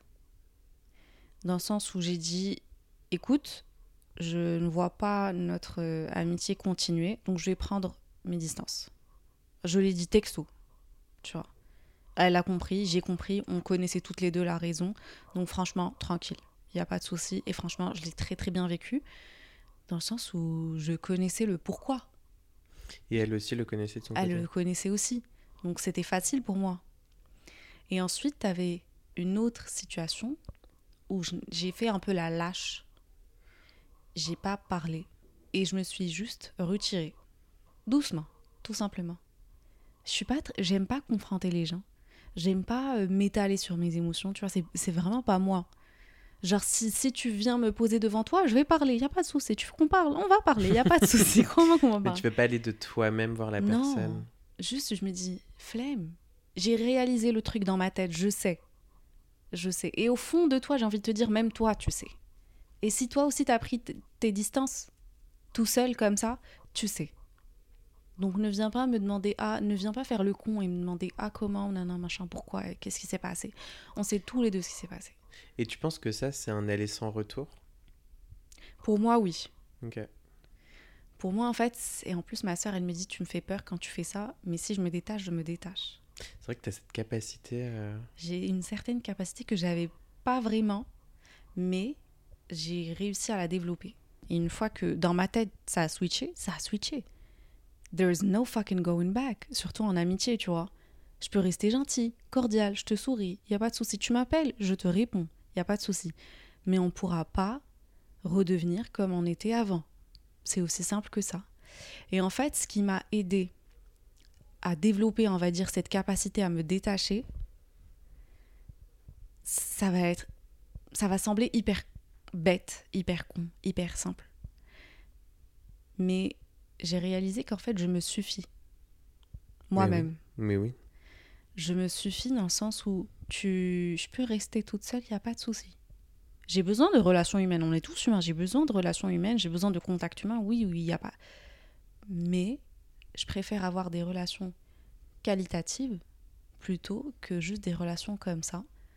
dans le sens où j'ai dit, écoute, je ne vois pas notre euh, amitié continuer, donc je vais prendre mes distances. Je l'ai dit texto, tu vois. Elle a compris, j'ai compris, on connaissait toutes les deux la raison, donc franchement, tranquille, il n'y a pas de souci. Et franchement, je l'ai très très bien vécu, dans le sens où je connaissais le pourquoi. Et elle aussi le connaissait de son côté. Elle le connaissait aussi, donc c'était facile pour moi. Et ensuite, tu avais une autre situation où j'ai fait un peu la lâche. J'ai pas parlé et je me suis juste retirée doucement, tout simplement. Je suis pas, tr- j'aime pas confronter les gens, j'aime pas euh, m'étaler sur mes émotions, tu vois, c'est, c'est vraiment pas moi. Genre si, si tu viens me poser devant toi, je vais parler, y a pas de souci. Tu veux qu'on parle, on va parler, y a pas de souci. Comment qu'on va parler? Mais tu peux pas aller de toi-même voir la non, personne. Juste je me dis flemme. J'ai réalisé le truc dans ma tête, je sais, je sais. Et au fond de toi, j'ai envie de te dire, même toi, tu sais. Et si toi aussi t'as pris t- tes distances tout seul comme ça, tu sais. Donc ne viens pas me demander ah, ne viens pas faire le con et me demander ah comment, nanana, machin, pourquoi, qu'est-ce qui s'est passé. On sait tous les deux ce qui s'est passé. Et tu penses que ça c'est un aller sans retour? Pour moi oui. Ok. Pour moi en fait, et en plus ma sœur elle me dit tu me fais peur quand tu fais ça, mais si je me détache, je me détache. C'est vrai que tu as cette capacité. Euh... J'ai une certaine capacité que j'avais pas vraiment, mais j'ai réussi à la développer. Et une fois que dans ma tête, ça a switché, ça a switché. There's no fucking going back. Surtout en amitié, tu vois. Je peux rester gentil, cordial, je te souris, il n'y a pas de souci. Tu m'appelles, je te réponds, il n'y a pas de souci. Mais on ne pourra pas redevenir comme on était avant. C'est aussi simple que ça. Et en fait, ce qui m'a aidée à développer, on va dire, cette capacité à me détacher, ça va être, ça va sembler hyper bête, hyper con, hyper simple. Mais j'ai réalisé qu'en fait, je me suffis. Moi-même. Mais oui. Mais oui. Je me suffis dans le sens où tu... je peux rester toute seule, il n'y a pas de souci. J'ai besoin de relations humaines, on est tous humains, j'ai besoin de relations humaines, j'ai besoin de contact humain, oui, oui, il n'y a pas... Mais je préfère avoir des relations qualitatives plutôt que juste des relations comme ça,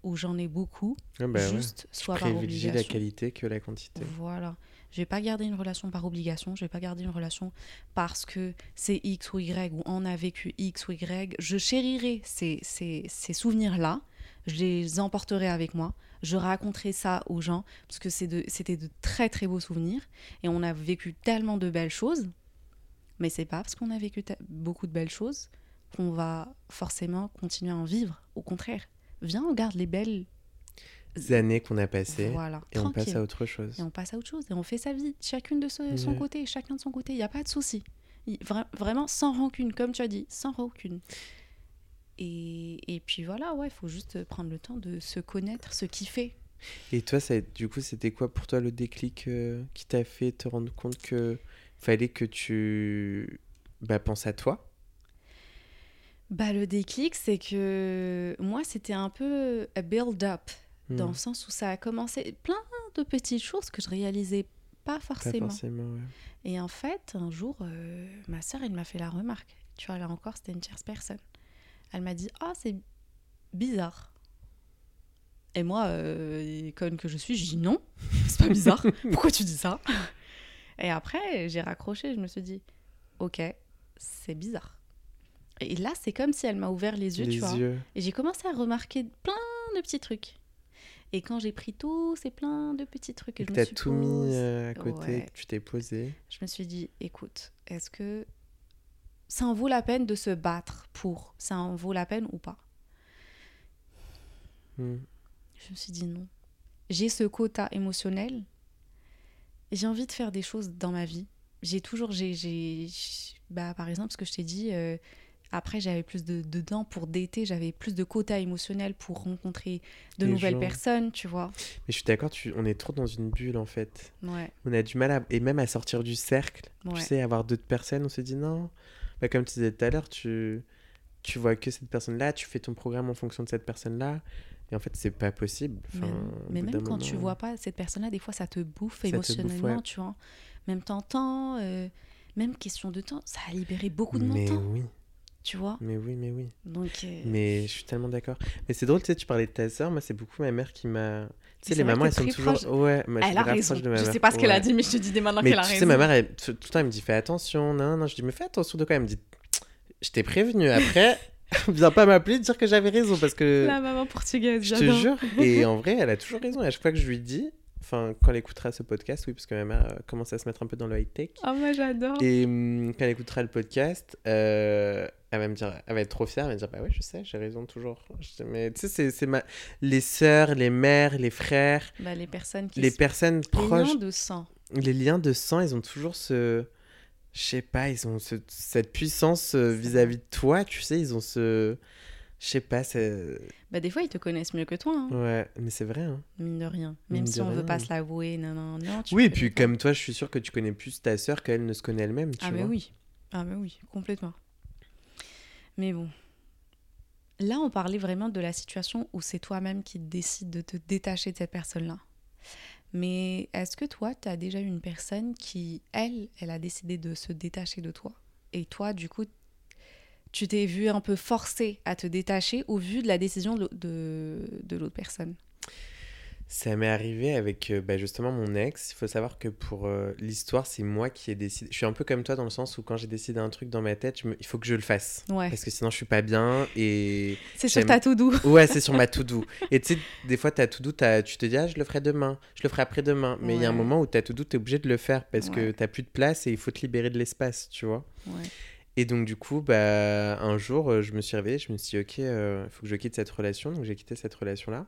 où j'en ai beaucoup, ah bah juste ouais. soit tu par privilégies obligation. la qualité que la quantité. Voilà. Je vais pas garder une relation par obligation, je vais pas garder une relation parce que c'est X ou Y ou on a vécu X ou Y. Je chérirai ces, ces, ces souvenirs-là, je les emporterai avec moi, je raconterai ça aux gens parce que c'est de, c'était de très très beaux souvenirs et on a vécu tellement de belles choses, mais c'est pas parce qu'on a vécu ta- beaucoup de belles choses qu'on va forcément continuer à en vivre. Au contraire, viens, on garde les belles Des années qu'on a passées voilà, et on tranquille. passe à autre chose. Et on passe à autre chose et on fait sa vie, chacune de son, son Ouais. côté, chacun de son côté, il n'y a pas de souci. Il- vra- vraiment sans rancune, comme tu as dit, sans rancune. Et, et puis voilà, ouais, il faut juste prendre le temps de se connaître, se kiffer. Et toi, ça, du coup, c'était quoi pour toi le déclic euh, qui t'a fait te rendre compte que fallait que tu bah, penses à toi? Bah, le déclic, c'est que moi, c'était un peu a build-up, Hmm. dans le sens où ça a commencé plein de petites choses que je réalisais pas Pas forcément. forcément, ouais. Et en fait, un jour, euh, ma sœur, elle m'a fait la remarque. Tu vois, là encore, c'était une tierce personne. Elle m'a dit « Ah, c'est bizarre. » Et moi, euh, conne que je suis, je dis « Non, c'est pas bizarre. Pourquoi tu dis ça ?» Et après, j'ai raccroché. Je me suis dit « Ok, c'est bizarre. » Et là, c'est comme si elle m'a ouvert les yeux, Les tu vois. yeux. Et j'ai commencé à remarquer plein de petits trucs. Et quand j'ai pris tous ces plein de petits trucs et Et je que me t'as suis tout posée, mis euh, à côté, ouais, que tu t'es posé. je me suis dit, écoute, est-ce que ça en vaut la peine de se battre pour? Ça en vaut la peine ou pas? Hmm. Je me suis dit non. J'ai ce quota émotionnel. J'ai envie de faire des choses dans ma vie. J'ai toujours, j'ai, j'ai, bah, par exemple, ce que je t'ai dit, euh, après j'avais plus de, de dents pour dater, j'avais plus de quota émotionnel pour rencontrer de Les nouvelles gens. personnes, tu vois. Mais je suis d'accord, tu... on est trop dans une bulle en fait. Ouais, On a du mal à... Et même à sortir du cercle, ouais. tu sais, avoir d'autres personnes, on se dit non. Bah, comme tu disais tout à l'heure, tu... tu vois que cette personne-là, tu fais ton programme en fonction de cette personne-là. Et en fait, c'est pas possible. Enfin, Mais, au mais bout même d'un quand moment, tu vois pas cette personne-là, des fois ça te bouffe Ça te bouffe, émotionnellement, ouais. tu vois. Même t'entends, euh, même question de temps, ça a libéré beaucoup de mon Mais temps, oui, tu vois. mais oui, mais oui. Donc, euh, Mais je suis tellement d'accord. Mais c'est drôle, tu sais, tu parlais de ta sœur. Moi, c'est beaucoup ma mère qui m'a. Tu sais, c'est les vrai mamans, que elles sont t'es toujours. très proche. Ouais, moi, je Elle suis a grave raison. proche de ma Je mère. sais pas ce qu'elle a Ouais. dit, mais je te dis dès maintenant Mais qu'elle a tu raison. sais, ma mère, elle, tout tout le temps, elle me dit fais attention. Non, non, je dis mais fais attention de quoi? Elle me dit je t'ai prévenu. Après, viens pas m'appeler dire que j'avais raison parce que. La maman portugaise, Je te j'adore. jure. Et en vrai, elle a toujours raison. Et à chaque fois que je lui dis, enfin, quand elle écoutera ce podcast, oui, parce que ma mère euh, commence à se mettre un peu dans le high-tech. Ah, moi j'adore. Et hum, quand elle écoutera le podcast, euh, elle va me dire, elle va être trop fière, elle va me dire, bah ouais, je sais, j'ai raison toujours. Je dis, mais tu sais, c'est, c'est ma... les sœurs, les mères, les frères, Bah, les personnes qui les se- personnes les proches, liens de sang. les liens de sang, ils ont toujours ce, je sais pas, ils ont ce- cette puissance euh, C'est vis-à-vis de toi, tu sais, ils ont ce, je sais pas, c'est, Bah, des fois ils te connaissent mieux que toi, hein, ouais, mais c'est vrai, hein. mine de rien. Mine Même de si on veut rien. pas se l'avouer, non, non, non. tu Oui, et connais puis pas. comme toi, je suis sûr que tu connais plus ta sœur qu'elle ne se connaît elle-même, tu Ah, vois. mais oui. Ah, mais oui, complètement. Mais bon. Là, on parlait vraiment de la situation où c'est toi-même qui décides de te détacher de cette personne-là. Mais est-ce que toi, tu as déjà eu une personne qui, elle, elle a décidé de se détacher de toi? Et toi, du coup, tu t'es vu un peu forcé à te détacher au vu de la décision de, de, de l'autre personne? Ça m'est arrivé avec euh, bah, justement mon ex. Il faut savoir que pour euh, l'histoire, c'est moi qui ai décidé. Je suis un peu comme toi dans le sens où quand j'ai décidé un truc dans ma tête, je me... il faut que je le fasse. Ouais. Parce que sinon, je suis pas bien. Et C'est sur j'aime- ta to-do. Ouais, c'est sur ma to-do. Et tu sais, des fois, ta to-do, t'as- tu te dis, ah, je le ferai demain, je le ferai après-demain. Mais il y a un Ouais. moment où ta to-do, t'es obligé de le faire parce que Ouais. t'as plus de place et il faut te libérer de l'espace, tu vois. Ouais. Et donc, du coup, bah, un jour, euh, je me suis réveillée, je me suis dit, ok, il euh, faut que je quitte cette relation. Donc, j'ai quitté cette relation-là.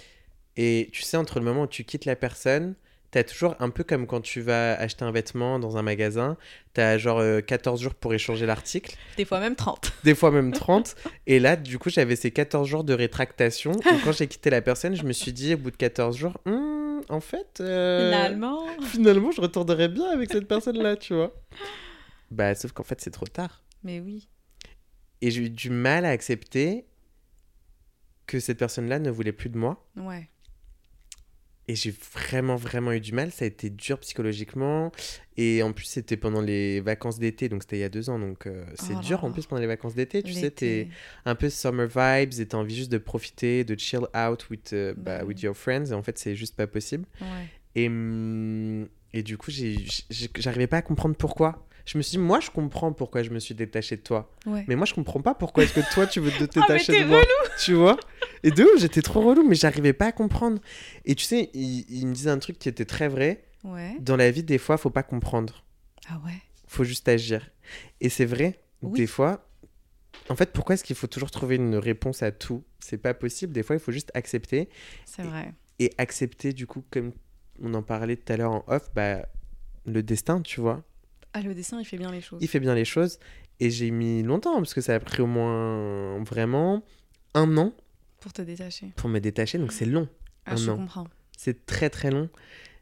Et tu sais, entre le moment où tu quittes la personne, t'as toujours un peu comme quand tu vas acheter un vêtement dans un magasin, t'as genre euh, quatorze jours pour échanger l'article, Des fois même trente. des fois même trente. Et là, du coup, j'avais ces quatorze jours de rétractation. Et quand j'ai quitté la personne, je me suis dit, au bout de quatorze jours, Hum, en fait, euh, Finalement. finalement, je retournerais bien avec cette personne-là, tu vois. Bah, sauf qu'en fait, c'est trop tard. Mais oui. Et j'ai eu du mal à accepter que cette personne-là ne voulait plus de moi. Ouais. Et j'ai vraiment, vraiment eu du mal. Ça a été dur psychologiquement. Et en plus, c'était pendant les vacances d'été. Donc, c'était il y a deux ans. Donc, euh, c'est Oh dur là en plus pendant les vacances d'été. Tu L'été. sais, t'es un peu summer vibes et t'as envie juste de profiter, de chill out with, euh, bah, Bah, with your friends. Et en fait, c'est juste pas possible. Ouais. Et, hum, et du coup, j'ai, j'ai- j'arrivais pas à comprendre pourquoi. Je me suis dit, moi, je comprends pourquoi je me suis détachée de toi. Ouais. Mais moi, je comprends pas pourquoi est-ce que toi, tu veux te Ah, mais détacher t'es de moi. Tu vois? Et de ouf, j'étais trop relou, mais j'arrivais pas à comprendre. Et tu sais, il, il me disait un truc qui était très vrai. Ouais. Dans la vie, des fois, faut pas comprendre. Ah ouais. Faut juste agir. Et c'est vrai, Oui. des fois... En fait, pourquoi est-ce qu'il faut toujours trouver une réponse à tout? C'est pas possible. Des fois, il faut juste accepter. C'est vrai. Et accepter, du coup, comme on en parlait tout à l'heure en off, bah, le destin, tu vois. Ah, le dessin, il fait bien les choses. Il fait bien les choses. Et j'ai mis longtemps, parce que ça a pris au moins vraiment un an Pour te détacher. pour me détacher. Donc c'est long. Ah, un je an. comprends. C'est très très long.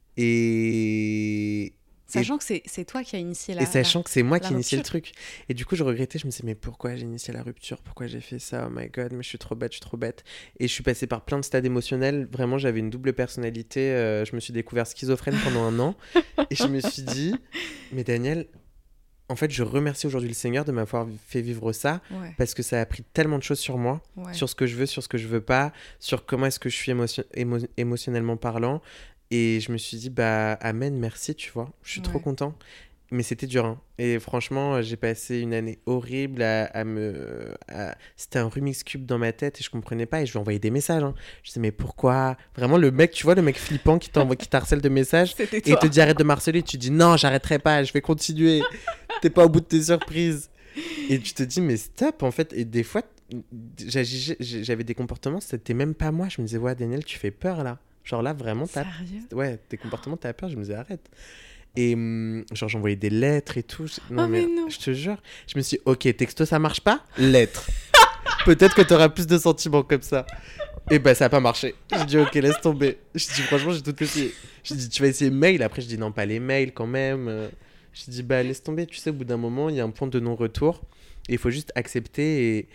Et... Sachant que c'est, c'est toi qui as initié la... Et sachant que c'est moi la qui initié le rupture. truc. Et du coup, je regrettais. Je me disais, mais pourquoi j'ai initié la rupture? Pourquoi j'ai fait ça? Oh my god, mais je suis trop bête, je suis trop bête. Et je suis passée par plein de stades émotionnels. Vraiment, j'avais une double personnalité. Euh, je me suis découvert schizophrène pendant un an. Et je me suis dit, mais Daniel, en fait, je remercie aujourd'hui le Seigneur de m'avoir fait vivre ça. Ouais. Parce que ça a appris tellement de choses sur moi. Ouais. Sur ce que je veux, sur ce que je veux pas. Sur comment est-ce que je suis émotion- émo- émotionnellement parlant. Et je me suis dit, bah, amen, merci, tu vois. Je suis trop Ouais. content. Mais c'était dur, hein. Et franchement, j'ai passé une année horrible à, à me... à- C'était un Rubik's Cube dans ma tête et je comprenais pas. Et je lui envoyais des messages, hein. Je disais, mais pourquoi? Vraiment, le mec, tu vois, le mec flippant qui, t'envoie, qui t'harcèle de messages. C'était Et toi. il te dit, arrête de m'harceler. Tu dis, non, j'arrêterai pas, je vais continuer. T'es pas au bout de tes surprises. Et tu te dis, mais stop, en fait. Et des fois, j'agis- j'avais des comportements, c'était même pas moi. Je me disais, ouais, Daniel, tu fais peur, là. Genre là, vraiment, t'as... Sérieux? Ouais, tes comportements, t'as peur. Je me disais, arrête. Et hum, genre, j'envoyais des lettres et tout. Je- Non, Oh, mais non. je te jure. Je me suis dit, ok, texto, ça marche pas? Lettre. Peut-être que t'auras plus de sentiments comme ça. Et bah, ça a pas marché. J'ai dit, ok, laisse tomber. Je dis, franchement, j'ai tout essayé. Je dis, tu vas essayer mail. Après, je dis, non, pas les mails quand même. Euh, Je dis, bah, laisse tomber. Tu sais, au bout d'un moment, il y a un point de non-retour. Et il faut juste accepter. Et,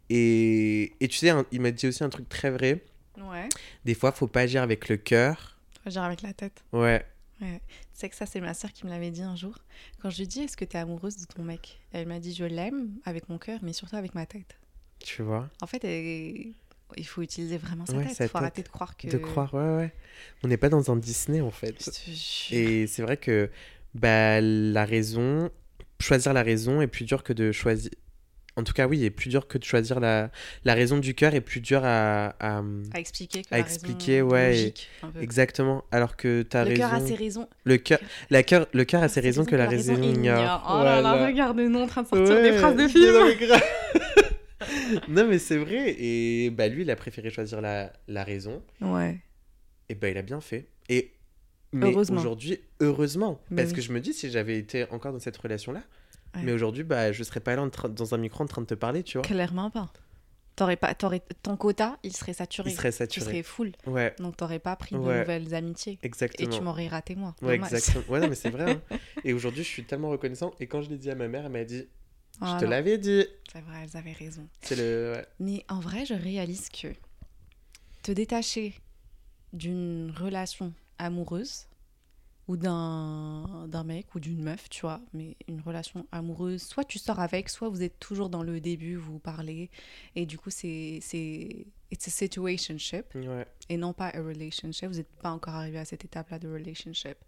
et, et tu sais, un- il m'a dit aussi un truc très vrai. Ouais. Des fois, faut pas agir avec le cœur. Faut agir avec la tête. Ouais. Ouais. Tu sais que ça, c'est ma sœur qui me l'avait dit un jour. Quand je lui dis, est-ce que t'es amoureuse de ton mec? Elle m'a dit, je l'aime avec mon cœur, mais surtout avec ma tête. Tu vois? En fait, elle- il faut utiliser vraiment sa Ouais, tête. sa Il faut tête. arrêter de croire que... De croire, ouais, ouais. On n'est pas dans un Disney, en fait. Je te jure. Et c'est vrai que bah, la raison, choisir la raison est plus dur que de choisir. En tout cas, oui, est plus dur que de choisir la, la raison du cœur est plus dur à. à... À expliquer que À la expliquer, raison ouais, logique, un peu. Exactement. Alors que ta Le raison. cœur a ses raisons. Le cœur, la cœur, le cœur a ses raisons que la raison ignore. Oh là là, Voilà. regarde-nous en train de sortir Ouais, des phrases de non, film. mais grave. Non, mais c'est vrai. Et bah, lui, il a préféré choisir la, la raison. Ouais. Et bah, il a bien fait. Et mais Heureusement. aujourd'hui, heureusement. Mais Parce oui. que je me dis, si j'avais été encore dans cette relation-là, Ouais. mais aujourd'hui, bah, je serais pas là en train- dans un micro en train de te parler, tu vois. Clairement pas. T'aurais pas t'aurais... Ton quota, il serait saturé. Il serait Tu saturé. serais full. Ouais, Donc t'aurais pas pris de Ouais. nouvelles amitiés. Et exactement. tu m'aurais raté moi. Ouais, Dommage. exactement. Ouais, non, mais c'est vrai. hein. Et aujourd'hui, je suis tellement reconnaissant. Et quand je l'ai dit à ma mère, elle m'a dit, je Ah te non, l'avais dit. c'est vrai, elles avaient raison. C'est le. Ouais. Mais en vrai, je réalise que te détacher d'une relation amoureuse ou d'un, d'un mec ou d'une meuf, tu vois, mais une relation amoureuse, soit tu sors avec, soit vous êtes toujours dans le début, vous parlez, et du coup, c'est... c'est it's a situationship, Ouais. et non pas a relationship. Vous n'êtes pas encore arrivé à cette étape-là de relationship.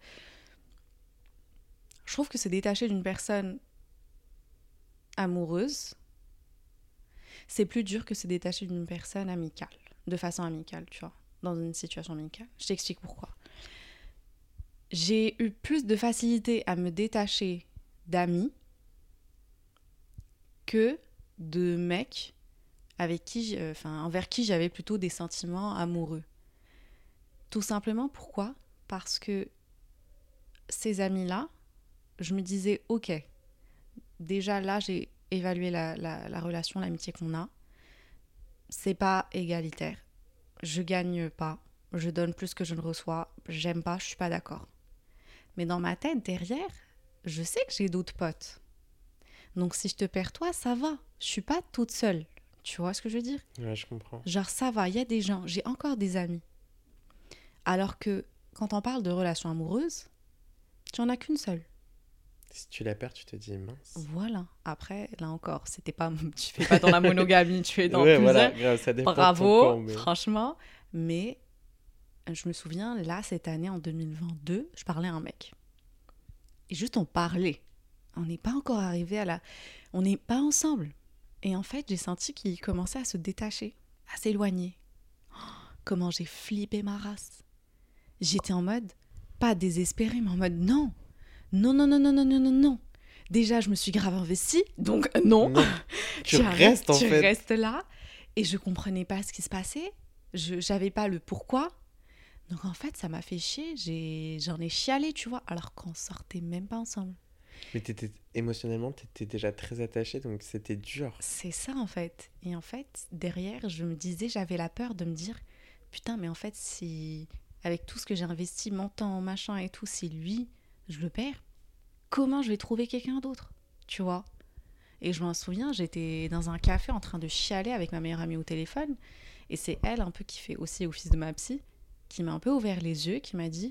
Je trouve que se détacher d'une personne amoureuse, c'est plus dur que se détacher d'une personne amicale, de façon amicale, tu vois, dans une situation amicale. Je t'explique pourquoi. J'ai eu plus de facilité à me détacher d'amis que de mecs avec qui, euh, enfin, envers qui j'avais plutôt des sentiments amoureux. Tout simplement pourquoi? Parce que ces amis-là, je me disais, ok, déjà là, j'ai évalué la, la, la relation, l'amitié qu'on a. C'est pas égalitaire. Je gagne pas. Je donne plus que je ne reçois. J'aime pas, je suis pas d'accord. Mais dans ma tête, derrière, je sais que j'ai d'autres potes. Donc si je te perds toi, ça va. Je suis pas toute seule. Tu vois ce que je veux dire? Ouais, je comprends. Genre ça va, il y a des gens, j'ai encore des amis. Alors que quand on parle de relation amoureuse, tu en as qu'une seule. Si tu la perds, tu te dis mince. Voilà. Après, là encore, c'était pas, tu fais pas dans la monogamie, tu es dans ouais, plusieurs. Voilà, grave, ça dépend Bravo, camp, mais... franchement. Mais je me souviens, là, cette année, en deux mille vingt-deux, je parlais à un mec. Et juste, on parlait. On n'est pas encore arrivé à la... On n'est pas ensemble. Et en fait, j'ai senti qu'il commençait à se détacher, à s'éloigner. Oh, comment j'ai flippé ma race. J'étais en mode, pas désespérée, mais en mode non. Non, non, non, non, non, non, non, non. Déjà, je me suis grave investie, donc non. non. Tu, tu restes, en tu fait. Tu restes là. Et je comprenais pas ce qui se passait. Je j'avais pas le pourquoi. Donc, en fait, ça m'a fait chier. J'ai, j'en ai chialé, tu vois, alors qu'on sortait même pas ensemble. Mais t'étais, émotionnellement, t'étais déjà très attachée, donc c'était dur. C'est ça, en fait. Et en fait, derrière, je me disais, j'avais la peur de me dire, putain, mais en fait, si... avec tout ce que j'ai investi, mon temps, machin et tout, si lui, je le perds, comment je vais trouver quelqu'un d'autre, tu vois? Et je m'en souviens, j'étais dans un café en train de chialer avec ma meilleure amie au téléphone, et c'est elle, un peu qui fait aussi office de ma psy, qui m'a un peu ouvert les yeux, qui m'a dit,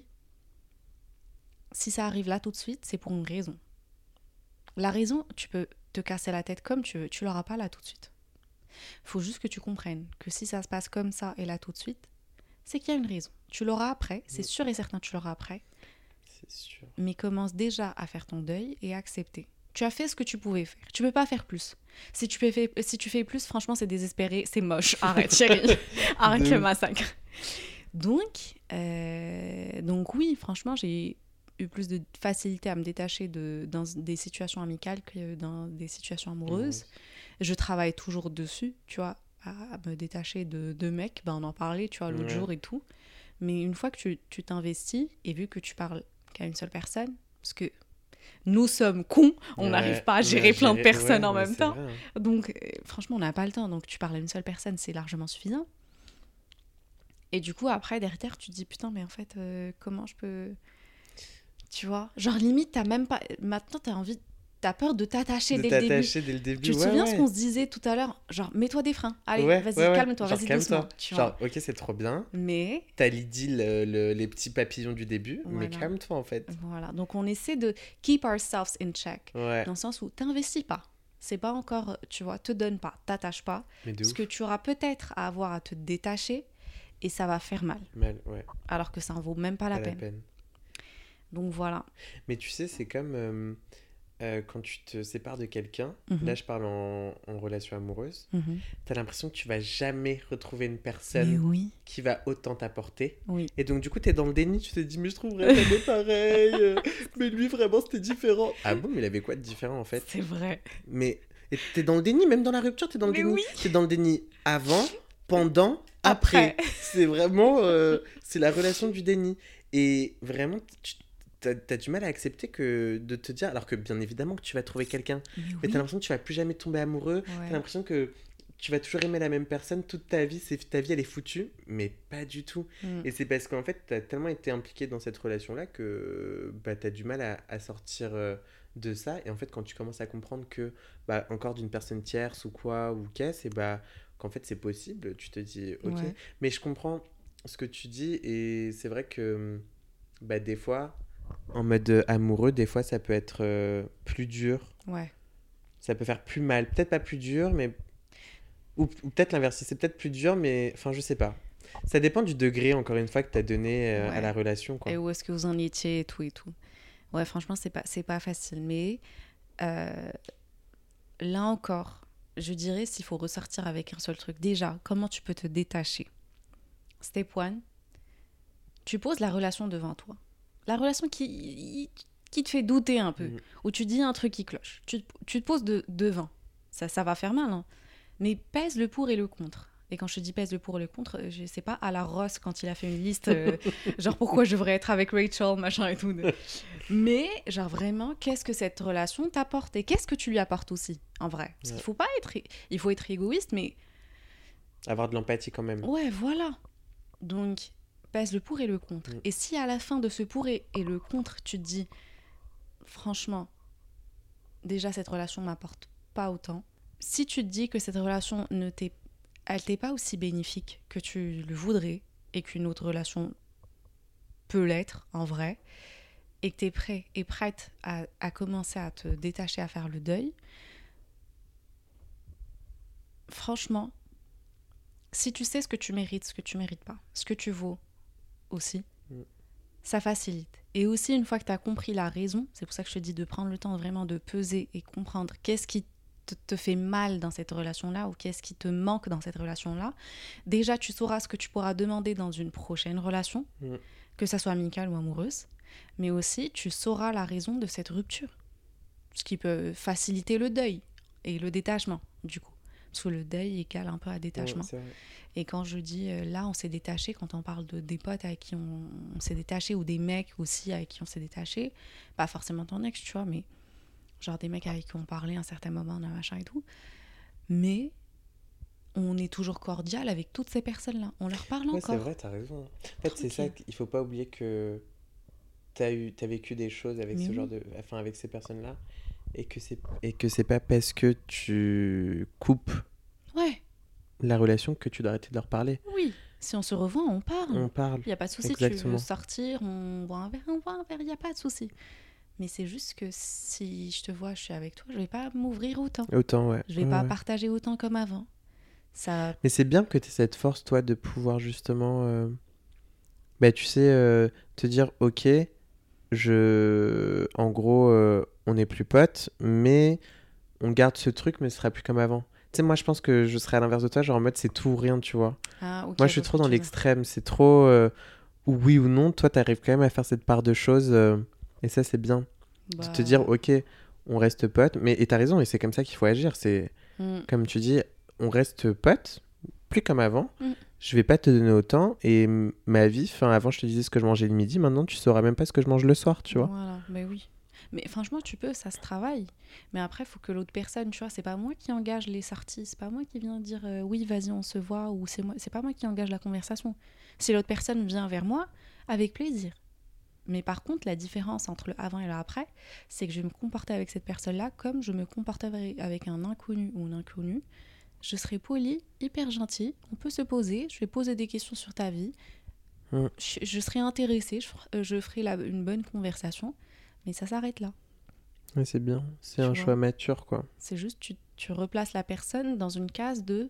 si ça arrive là tout de suite, c'est pour une raison. La raison, tu peux te casser la tête comme tu veux, tu l'auras pas là tout de suite. Faut juste que tu comprennes que si ça se passe comme ça et là tout de suite, c'est qu'il y a une raison. Tu l'auras après, c'est sûr et certain que tu l'auras après. C'est sûr. Mais commence déjà à faire ton deuil et à accepter. Tu as fait ce que tu pouvais faire. Tu peux pas faire plus. Si tu fais, si tu fais plus, franchement, c'est désespéré, c'est moche. Arrête, chérie. Arrête de... le massacre. Donc, euh, donc oui, franchement, j'ai eu plus de facilité à me détacher de, dans des situations amicales que dans des situations amoureuses. Mmh. Je travaille toujours dessus, tu vois, à me détacher de, de mecs. Ben, on en parlait, tu vois, l'autre ouais. jour et tout. Mais une fois que tu, tu t'investis, et vu que tu parles qu'à une seule personne, parce que nous sommes cons, on n'arrive ouais, pas à gérer plein gérer, de personnes ouais, en même temps. Vrai, hein. Donc, euh, franchement, on n'a pas le temps. Donc, tu parles à une seule personne, c'est largement suffisant. Et du coup, après, derrière, tu te dis, putain, mais en fait, euh, comment je peux... Tu vois, genre limite, t'as même pas... Maintenant, t'as envie... T'as peur de t'attacher, de dès, t'attacher le dès le début. Tu te ouais, souviens ouais. ce qu'on se disait tout à l'heure? Genre, mets-toi des freins. Allez, ouais, vas-y, ouais, calme-toi, ouais. vas-y Genre, doucement. calme-toi. Tu genre, vois. ok, c'est trop bien. Mais... T'as l'idylle, le, le, les petits papillons du début, voilà. Mais calme-toi, en fait. Voilà, donc on essaie de keep ourselves in check. Ouais. Dans le sens où t'investis pas. C'est pas encore, tu vois, te donne pas, t'attaches pas. Mais de parce ouf. que tu auras peut-être à avoir à te détacher et ça va faire mal. Mal, ouais. Alors que ça en vaut même pas la, pas peine. la peine. Donc voilà. Mais tu sais, c'est comme euh, euh, quand tu te sépares de quelqu'un, mm-hmm. là je parle en, en relation amoureuse, mm-hmm. t'as l'impression que tu vas jamais retrouver une personne oui. qui va autant t'apporter. Oui. Et donc du coup, t'es dans le déni, tu te dis, mais je trouverais jamais pareil, euh, mais lui vraiment c'était différent. Ah bon, mais il avait quoi de différent en fait? C'est vrai. Mais et t'es dans le déni, même dans la rupture, t'es dans le mais déni. Oui. T'es dans le déni avant, pendant, après. après. C'est vraiment, euh, c'est la relation du déni. Et vraiment, tu T'as, t'as du mal à accepter que de te dire, alors que bien évidemment que tu vas trouver quelqu'un, mais, mais oui. t'as l'impression que tu vas plus jamais tomber amoureux, ouais. T'as l'impression que tu vas toujours aimer la même personne toute ta vie, c'est, ta vie elle est foutue, mais pas du tout. Mm. Et c'est parce qu'en fait t'as tellement été impliqué dans cette relation-là que bah, t'as du mal à, à sortir euh, de ça, et en fait quand tu commences à comprendre que, bah, encore d'une personne tierce ou quoi, ou qu'est-ce, et bah qu'en fait c'est possible, tu te dis ok, ouais. Mais je comprends ce que tu dis, et c'est vrai que bah, des fois... En mode amoureux, des fois, ça peut être euh, plus dur. Ouais. Ça peut faire plus mal. Peut-être pas plus dur, mais... Ou, ou peut-être l'inverse. C'est peut-être plus dur, mais... Enfin, je sais pas. Ça dépend du degré, encore une fois, que t'as donné euh, ouais. à la relation, quoi. Et où est-ce que vous en étiez et tout et tout. Ouais, franchement, c'est pas, c'est pas facile. Mais euh, là encore, je dirais s'il faut ressortir avec un seul truc. Déjà, comment tu peux te détacher? Step one, tu poses la relation devant toi. La relation qui, qui te fait douter un peu, mmh. où tu dis un truc qui cloche. Tu, tu te poses de, devant. Ça, ça va faire mal, hein. Mais pèse le pour et le contre. Et quand je te dis pèse le pour et le contre, je sais pas, à la Ross, quand il a fait une liste, euh, genre pourquoi je devrais être avec Rachel, machin et tout. Mais, genre vraiment, qu'est-ce que cette relation t'apporte? Et qu'est-ce que tu lui apportes aussi, en vrai? Parce ouais. qu'il faut pas être... Il faut être égoïste, mais... Avoir de l'empathie quand même. Ouais, voilà. Donc... pèse le pour et le contre. Mmh. Et si à la fin de ce pour et, et le contre, tu te dis, franchement, déjà cette relation m'apporte pas autant. Si tu te dis que cette relation ne t'est, elle t'est pas aussi bénéfique que tu le voudrais et qu'une autre relation peut l'être en vrai, et que tu es prêt et prête à, à commencer à te détacher, à faire le deuil, franchement, si tu sais ce que tu mérites, ce que tu mérites pas, ce que tu vaux aussi, mm. ça facilite. Et aussi, une fois que tu as compris la raison, c'est pour ça que je te dis de prendre le temps vraiment de peser et comprendre qu'est-ce qui te, te fait mal dans cette relation-là ou qu'est-ce qui te manque dans cette relation-là. Déjà, tu sauras ce que tu pourras demander dans une prochaine relation, mm. que ça soit amicale ou amoureuse. Mais aussi, tu sauras la raison de cette rupture. Ce qui peut faciliter le deuil et le détachement, du coup. Parce que le deuil égale un peu à détachement. Ouais, et quand je dis euh, là, on s'est détaché, quand on parle de, des potes avec qui on, on s'est détaché, ou des mecs aussi avec qui on s'est détaché, pas forcément ton ex, tu vois, mais genre des mecs avec qui on parlait à un certain moment, d'un machin et tout. Mais on est toujours cordial avec toutes ces personnes-là. On leur parle ouais, encore. C'est vrai, t'as raison. En fait, Tranquille. C'est ça qu'il faut pas oublier que t'as, eu, t'as vécu des choses avec, ce oui. genre de, enfin, avec ces personnes-là. Et que, c'est, et que c'est pas parce que tu coupes ouais. la relation que tu dois arrêter de leur parler. Oui, si on se revoit, on parle. On parle. Il n'y a pas de souci, tu veux sortir, on boit un verre, on boit un verre, il n'y a pas de souci. Mais c'est juste que si je te vois, je suis avec toi, je ne vais pas m'ouvrir autant. Autant, ouais. Je ne vais ouais, pas ouais. partager autant comme avant. Ça... Mais c'est bien que tu aies cette force, toi, de pouvoir justement, euh... bah, tu sais, euh, te dire, ok, je... en gros... Euh... on n'est plus potes, mais on garde ce truc, mais ce sera plus comme avant. Tu sais, moi, je pense que je serais à l'inverse de toi, genre en mode c'est tout ou rien, tu vois. Ah, okay, moi, je suis trop dans l'extrême, c'est trop euh, oui ou non. Toi, t'arrives quand même à faire cette part de choses, euh, et ça, c'est bien. Bah... De te dire, ok, on reste potes, mais et t'as raison, et c'est comme ça qu'il faut agir. C'est mm. comme tu dis, on reste potes, plus comme avant. Mm. Je vais pas te donner autant, et m- ma vie, enfin, avant, je te disais ce que je mangeais le midi, maintenant, tu sauras même pas ce que je mange le soir, tu vois. Voilà, mais oui. Mais franchement, tu peux, ça se travaille. Mais après, il faut que l'autre personne, tu vois, c'est pas moi qui engage les sorties, c'est pas moi qui viens dire euh, oui, vas-y, on se voit, ou c'est moi, c'est pas moi qui engage la conversation. Si l'autre personne vient vers moi, avec plaisir. Mais par contre, la différence entre le avant et le après, c'est que je vais me comporter avec cette personne-là comme je me comporterais avec un inconnu ou une inconnue. Je serai polie, hyper gentille, on peut se poser, je vais poser des questions sur ta vie, mmh. je, je serai intéressée, je, euh, je ferai la, une bonne conversation. Mais ça s'arrête là. Ouais, c'est bien. C'est tu un vois. Choix mature, quoi. C'est juste, tu, tu replaces la personne dans une case de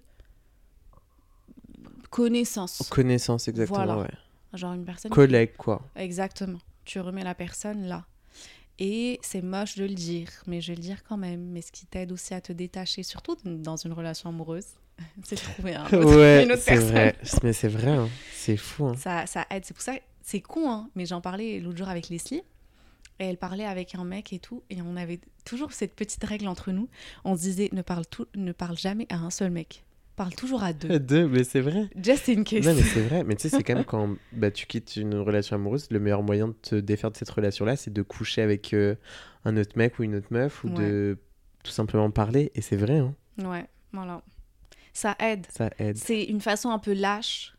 connaissance. Connaissance, exactement, voilà. ouais. Genre une personne... Collègue, qui... quoi. Exactement. Tu remets la personne là. Et c'est moche de le dire, mais je vais le dire quand même. Mais ce qui t'aide aussi à te détacher, surtout dans une relation amoureuse, c'est de trouver un autre, ouais, une autre c'est personne. Vrai. Mais c'est vrai, hein. C'est fou. Hein. Ça, ça aide. C'est pour ça, c'est con, hein. Mais j'en parlais l'autre jour avec Leslie. Et elle parlait avec un mec et tout, et on avait toujours cette petite règle entre nous. On se disait, ne parle, tout, ne parle jamais à un seul mec. Parle toujours à deux. À deux, mais c'est vrai. Just in case. Non, mais c'est vrai. Mais tu sais, c'est quand même quand bah, tu quittes une relation amoureuse, le meilleur moyen de te défaire de cette relation-là, c'est de coucher avec euh, un autre mec ou une autre meuf, ou ouais. de tout simplement parler. Et c'est vrai, hein. Ouais, voilà. Ça aide. Ça aide. C'est une façon un peu lâche.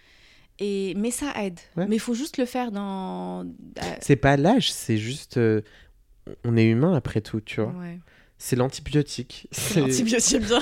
Et... Mais ça aide. Ouais. Mais il faut juste le faire dans... C'est pas lâche, c'est juste... Euh, on est humain après tout, tu vois. Ouais. C'est l'antibiotique. C'est, c'est... l'antibiotique, bien.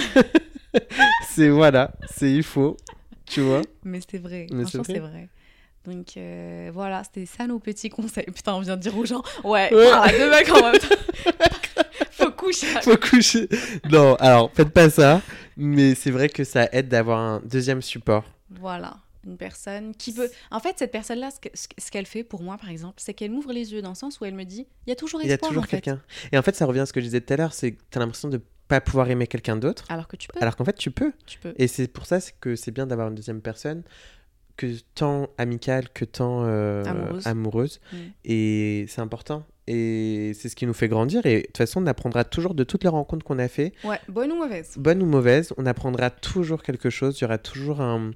c'est voilà, c'est il faut, tu vois. Mais c'est vrai, Mais franchement c'est c'est vrai. vrai. Donc euh, voilà, c'était ça nos petits conseils. Putain, on vient de dire aux gens, ouais, ouais. Ah, deux mecs en même temps. Faut coucher. Faut coucher. Non, alors faites pas ça, mais c'est vrai que ça aide d'avoir un deuxième support. Voilà. Une personne qui peut... En fait, cette personne-là, ce, que, ce qu'elle fait, pour moi, par exemple, c'est qu'elle m'ouvre les yeux dans le sens où elle me dit, il y a toujours espoir, il y a toujours en quelqu'un. Fait. Et en fait, ça revient à ce que je disais tout à l'heure, c'est que t'as l'impression de pas pouvoir aimer quelqu'un d'autre. Alors que tu peux. Alors qu'en fait, tu peux. Tu peux. Et c'est pour ça c'est que c'est bien d'avoir une deuxième personne, que tant amicale, que tant euh, amoureuse. amoureuse. Mmh. Et c'est important. Et c'est ce qui nous fait grandir. Et de toute façon, on apprendra toujours de toutes les rencontres qu'on a fait. Ouais, bonne ou mauvaise. Bonne ou mauvaise, on apprendra toujours quelque chose. Il y aura toujours un...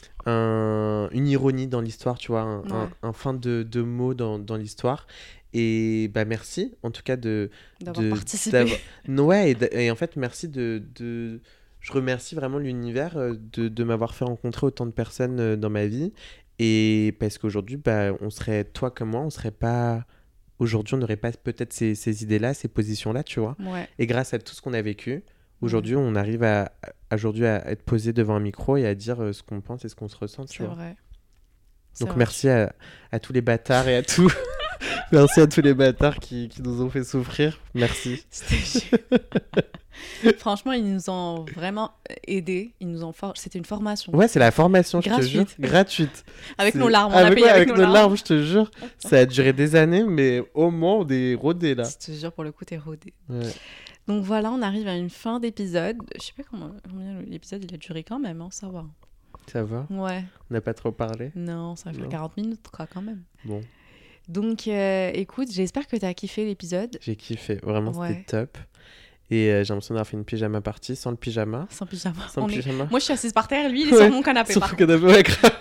Un, une ironie dans l'histoire, tu vois, un, ouais. un, un fin de, de mots dans, dans l'histoire. Et bah merci, en tout cas, de... D'avoir de, participé. D'avoir... Ouais, et, et en fait, merci de, de... Je remercie vraiment l'univers de, de m'avoir fait rencontrer autant de personnes dans ma vie. Et parce qu'aujourd'hui, bah, on serait, toi comme moi, on serait pas... Aujourd'hui, on n'aurait pas peut-être ces, ces idées-là, ces positions-là, tu vois. Ouais. Et grâce à tout ce qu'on a vécu... Aujourd'hui, on arrive à, à, aujourd'hui à être posé devant un micro et à dire euh, ce qu'on pense et ce qu'on se ressent, tu c'est vois. Vrai. C'est Donc vrai. merci à, à tous les bâtards et à tout. Merci à tous les bâtards qui, qui nous ont fait souffrir. Merci. Franchement, ils nous ont vraiment aidés. Ils nous ont for... C'était une formation. Ouais, c'est la formation, je Gratuite. te jure. Gratuite. Avec C'est- nos larmes, on avec, a payé ouais, avec, avec nos larmes, je te jure. Ça a duré des années, mais au moins on est rodés là. Je te jure, pour le coup, t'es rodé. Ouais. Donc voilà, on arrive à une fin d'épisode. Je sais pas comment, combien l'épisode il a duré quand même, hein, ça va. Ça va? Ouais, On n'a pas trop parlé? non, ça va faire Non. quarante minutes, quoi, quand même. Bon, Donc euh, écoute, j'espère que t'as kiffé l'épisode. j'ai kiffé. Vraiment, Ouais. c'était top. Et euh, j'ai l'impression d'avoir fait une pyjama party sans le pyjama. Sans pyjama. Sans On le est- pyjama. Moi, je suis assise par terre, lui, il est Ouais, sur mon canapé. Sur par le contre. canapé, ouais, grave.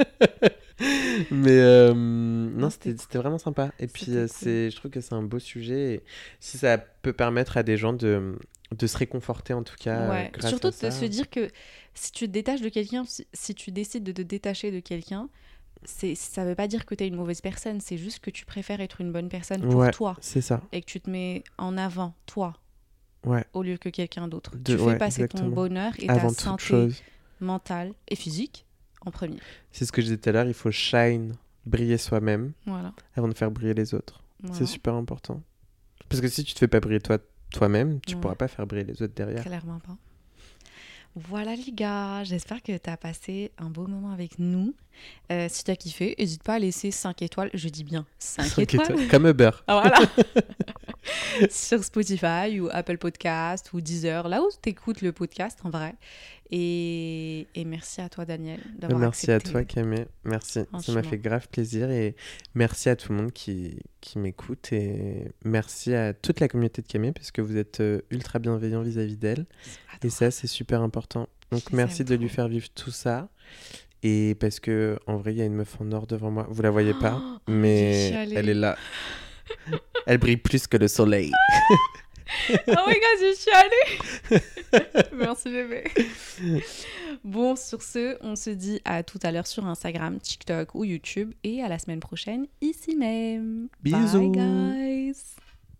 Mais euh, non, c'était c'était c'était vraiment sympa. Et puis, C'était euh, cool. c'est, je trouve que c'est un beau sujet. Et si ça peut permettre à des gens de, de se réconforter, en tout cas, euh, Ouais. grâce Surtout à de ça. se dire que si tu te détaches de quelqu'un, si, si tu décides de te détacher de quelqu'un, c'est, ça veut pas dire que t'es une mauvaise personne, c'est juste que tu préfères être une bonne personne pour Ouais. toi C'est ça. et que tu te mets en avant, toi, Ouais. au lieu que quelqu'un d'autre. De- tu fais ouais, passer exactement. ton bonheur et Avant ta toute santé chose. mentale et physique en premier. C'est ce que je disais tout à l'heure, il faut shine, briller soi-même Voilà. avant de faire briller les autres. Voilà. C'est super important. Parce que si tu te fais pas briller toi, toi-même, tu Ouais. pourras pas faire briller les autres derrière. Clairement pas. Voilà les gars, j'espère que tu as passé un beau moment avec nous. Euh, si tu as kiffé, n'hésite pas à laisser cinq étoiles, je dis bien cinq Cinq étoiles. étoiles. Comme Uber. Ah, voilà. Sur Spotify ou Apple Podcast ou Deezer, là où tu écoutes le podcast en vrai. Et, et merci à toi Daniel d'avoir Merci à accepté. toi Camille, merci, ça m'a Franchement. fait grave plaisir et merci à tout le monde qui, qui m'écoute et merci à toute la communauté de Camille parce que vous êtes euh, ultra bienveillants vis-à-vis d'elle et ça c'est super important. Donc Je les merci aime de lui trop. faire vivre tout ça et parce que en vrai il y a une meuf en or devant moi, vous la voyez pas Oh, mais j'ai chialé. elle est là, elle brille plus que le soleil. Oh my god, j'ai chialé. Merci bébé. Bon, sur ce, on se dit à tout à l'heure sur Instagram, TikTok ou YouTube et à la semaine prochaine ici même. Bisous. Bye guys.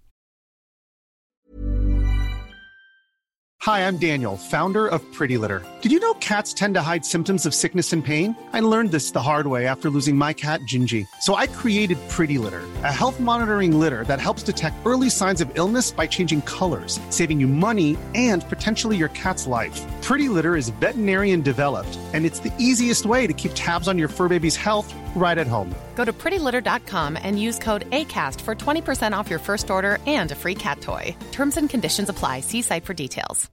Hi, I'm Daniel, founder of Pretty Litter. Did you know cats tend to hide symptoms of sickness and pain? I learned this the hard way after losing my cat, Gingy. So I created Pretty Litter, a health monitoring litter that helps detect early signs of illness by changing colors, saving you money and potentially your cat's life. Pretty Litter is veterinarian developed, and it's the easiest way to keep tabs on your fur baby's health right at home. Go to pretty litter dot com and use code ACAST for twenty percent off your first order and a free cat toy. Terms and conditions apply. See site for details.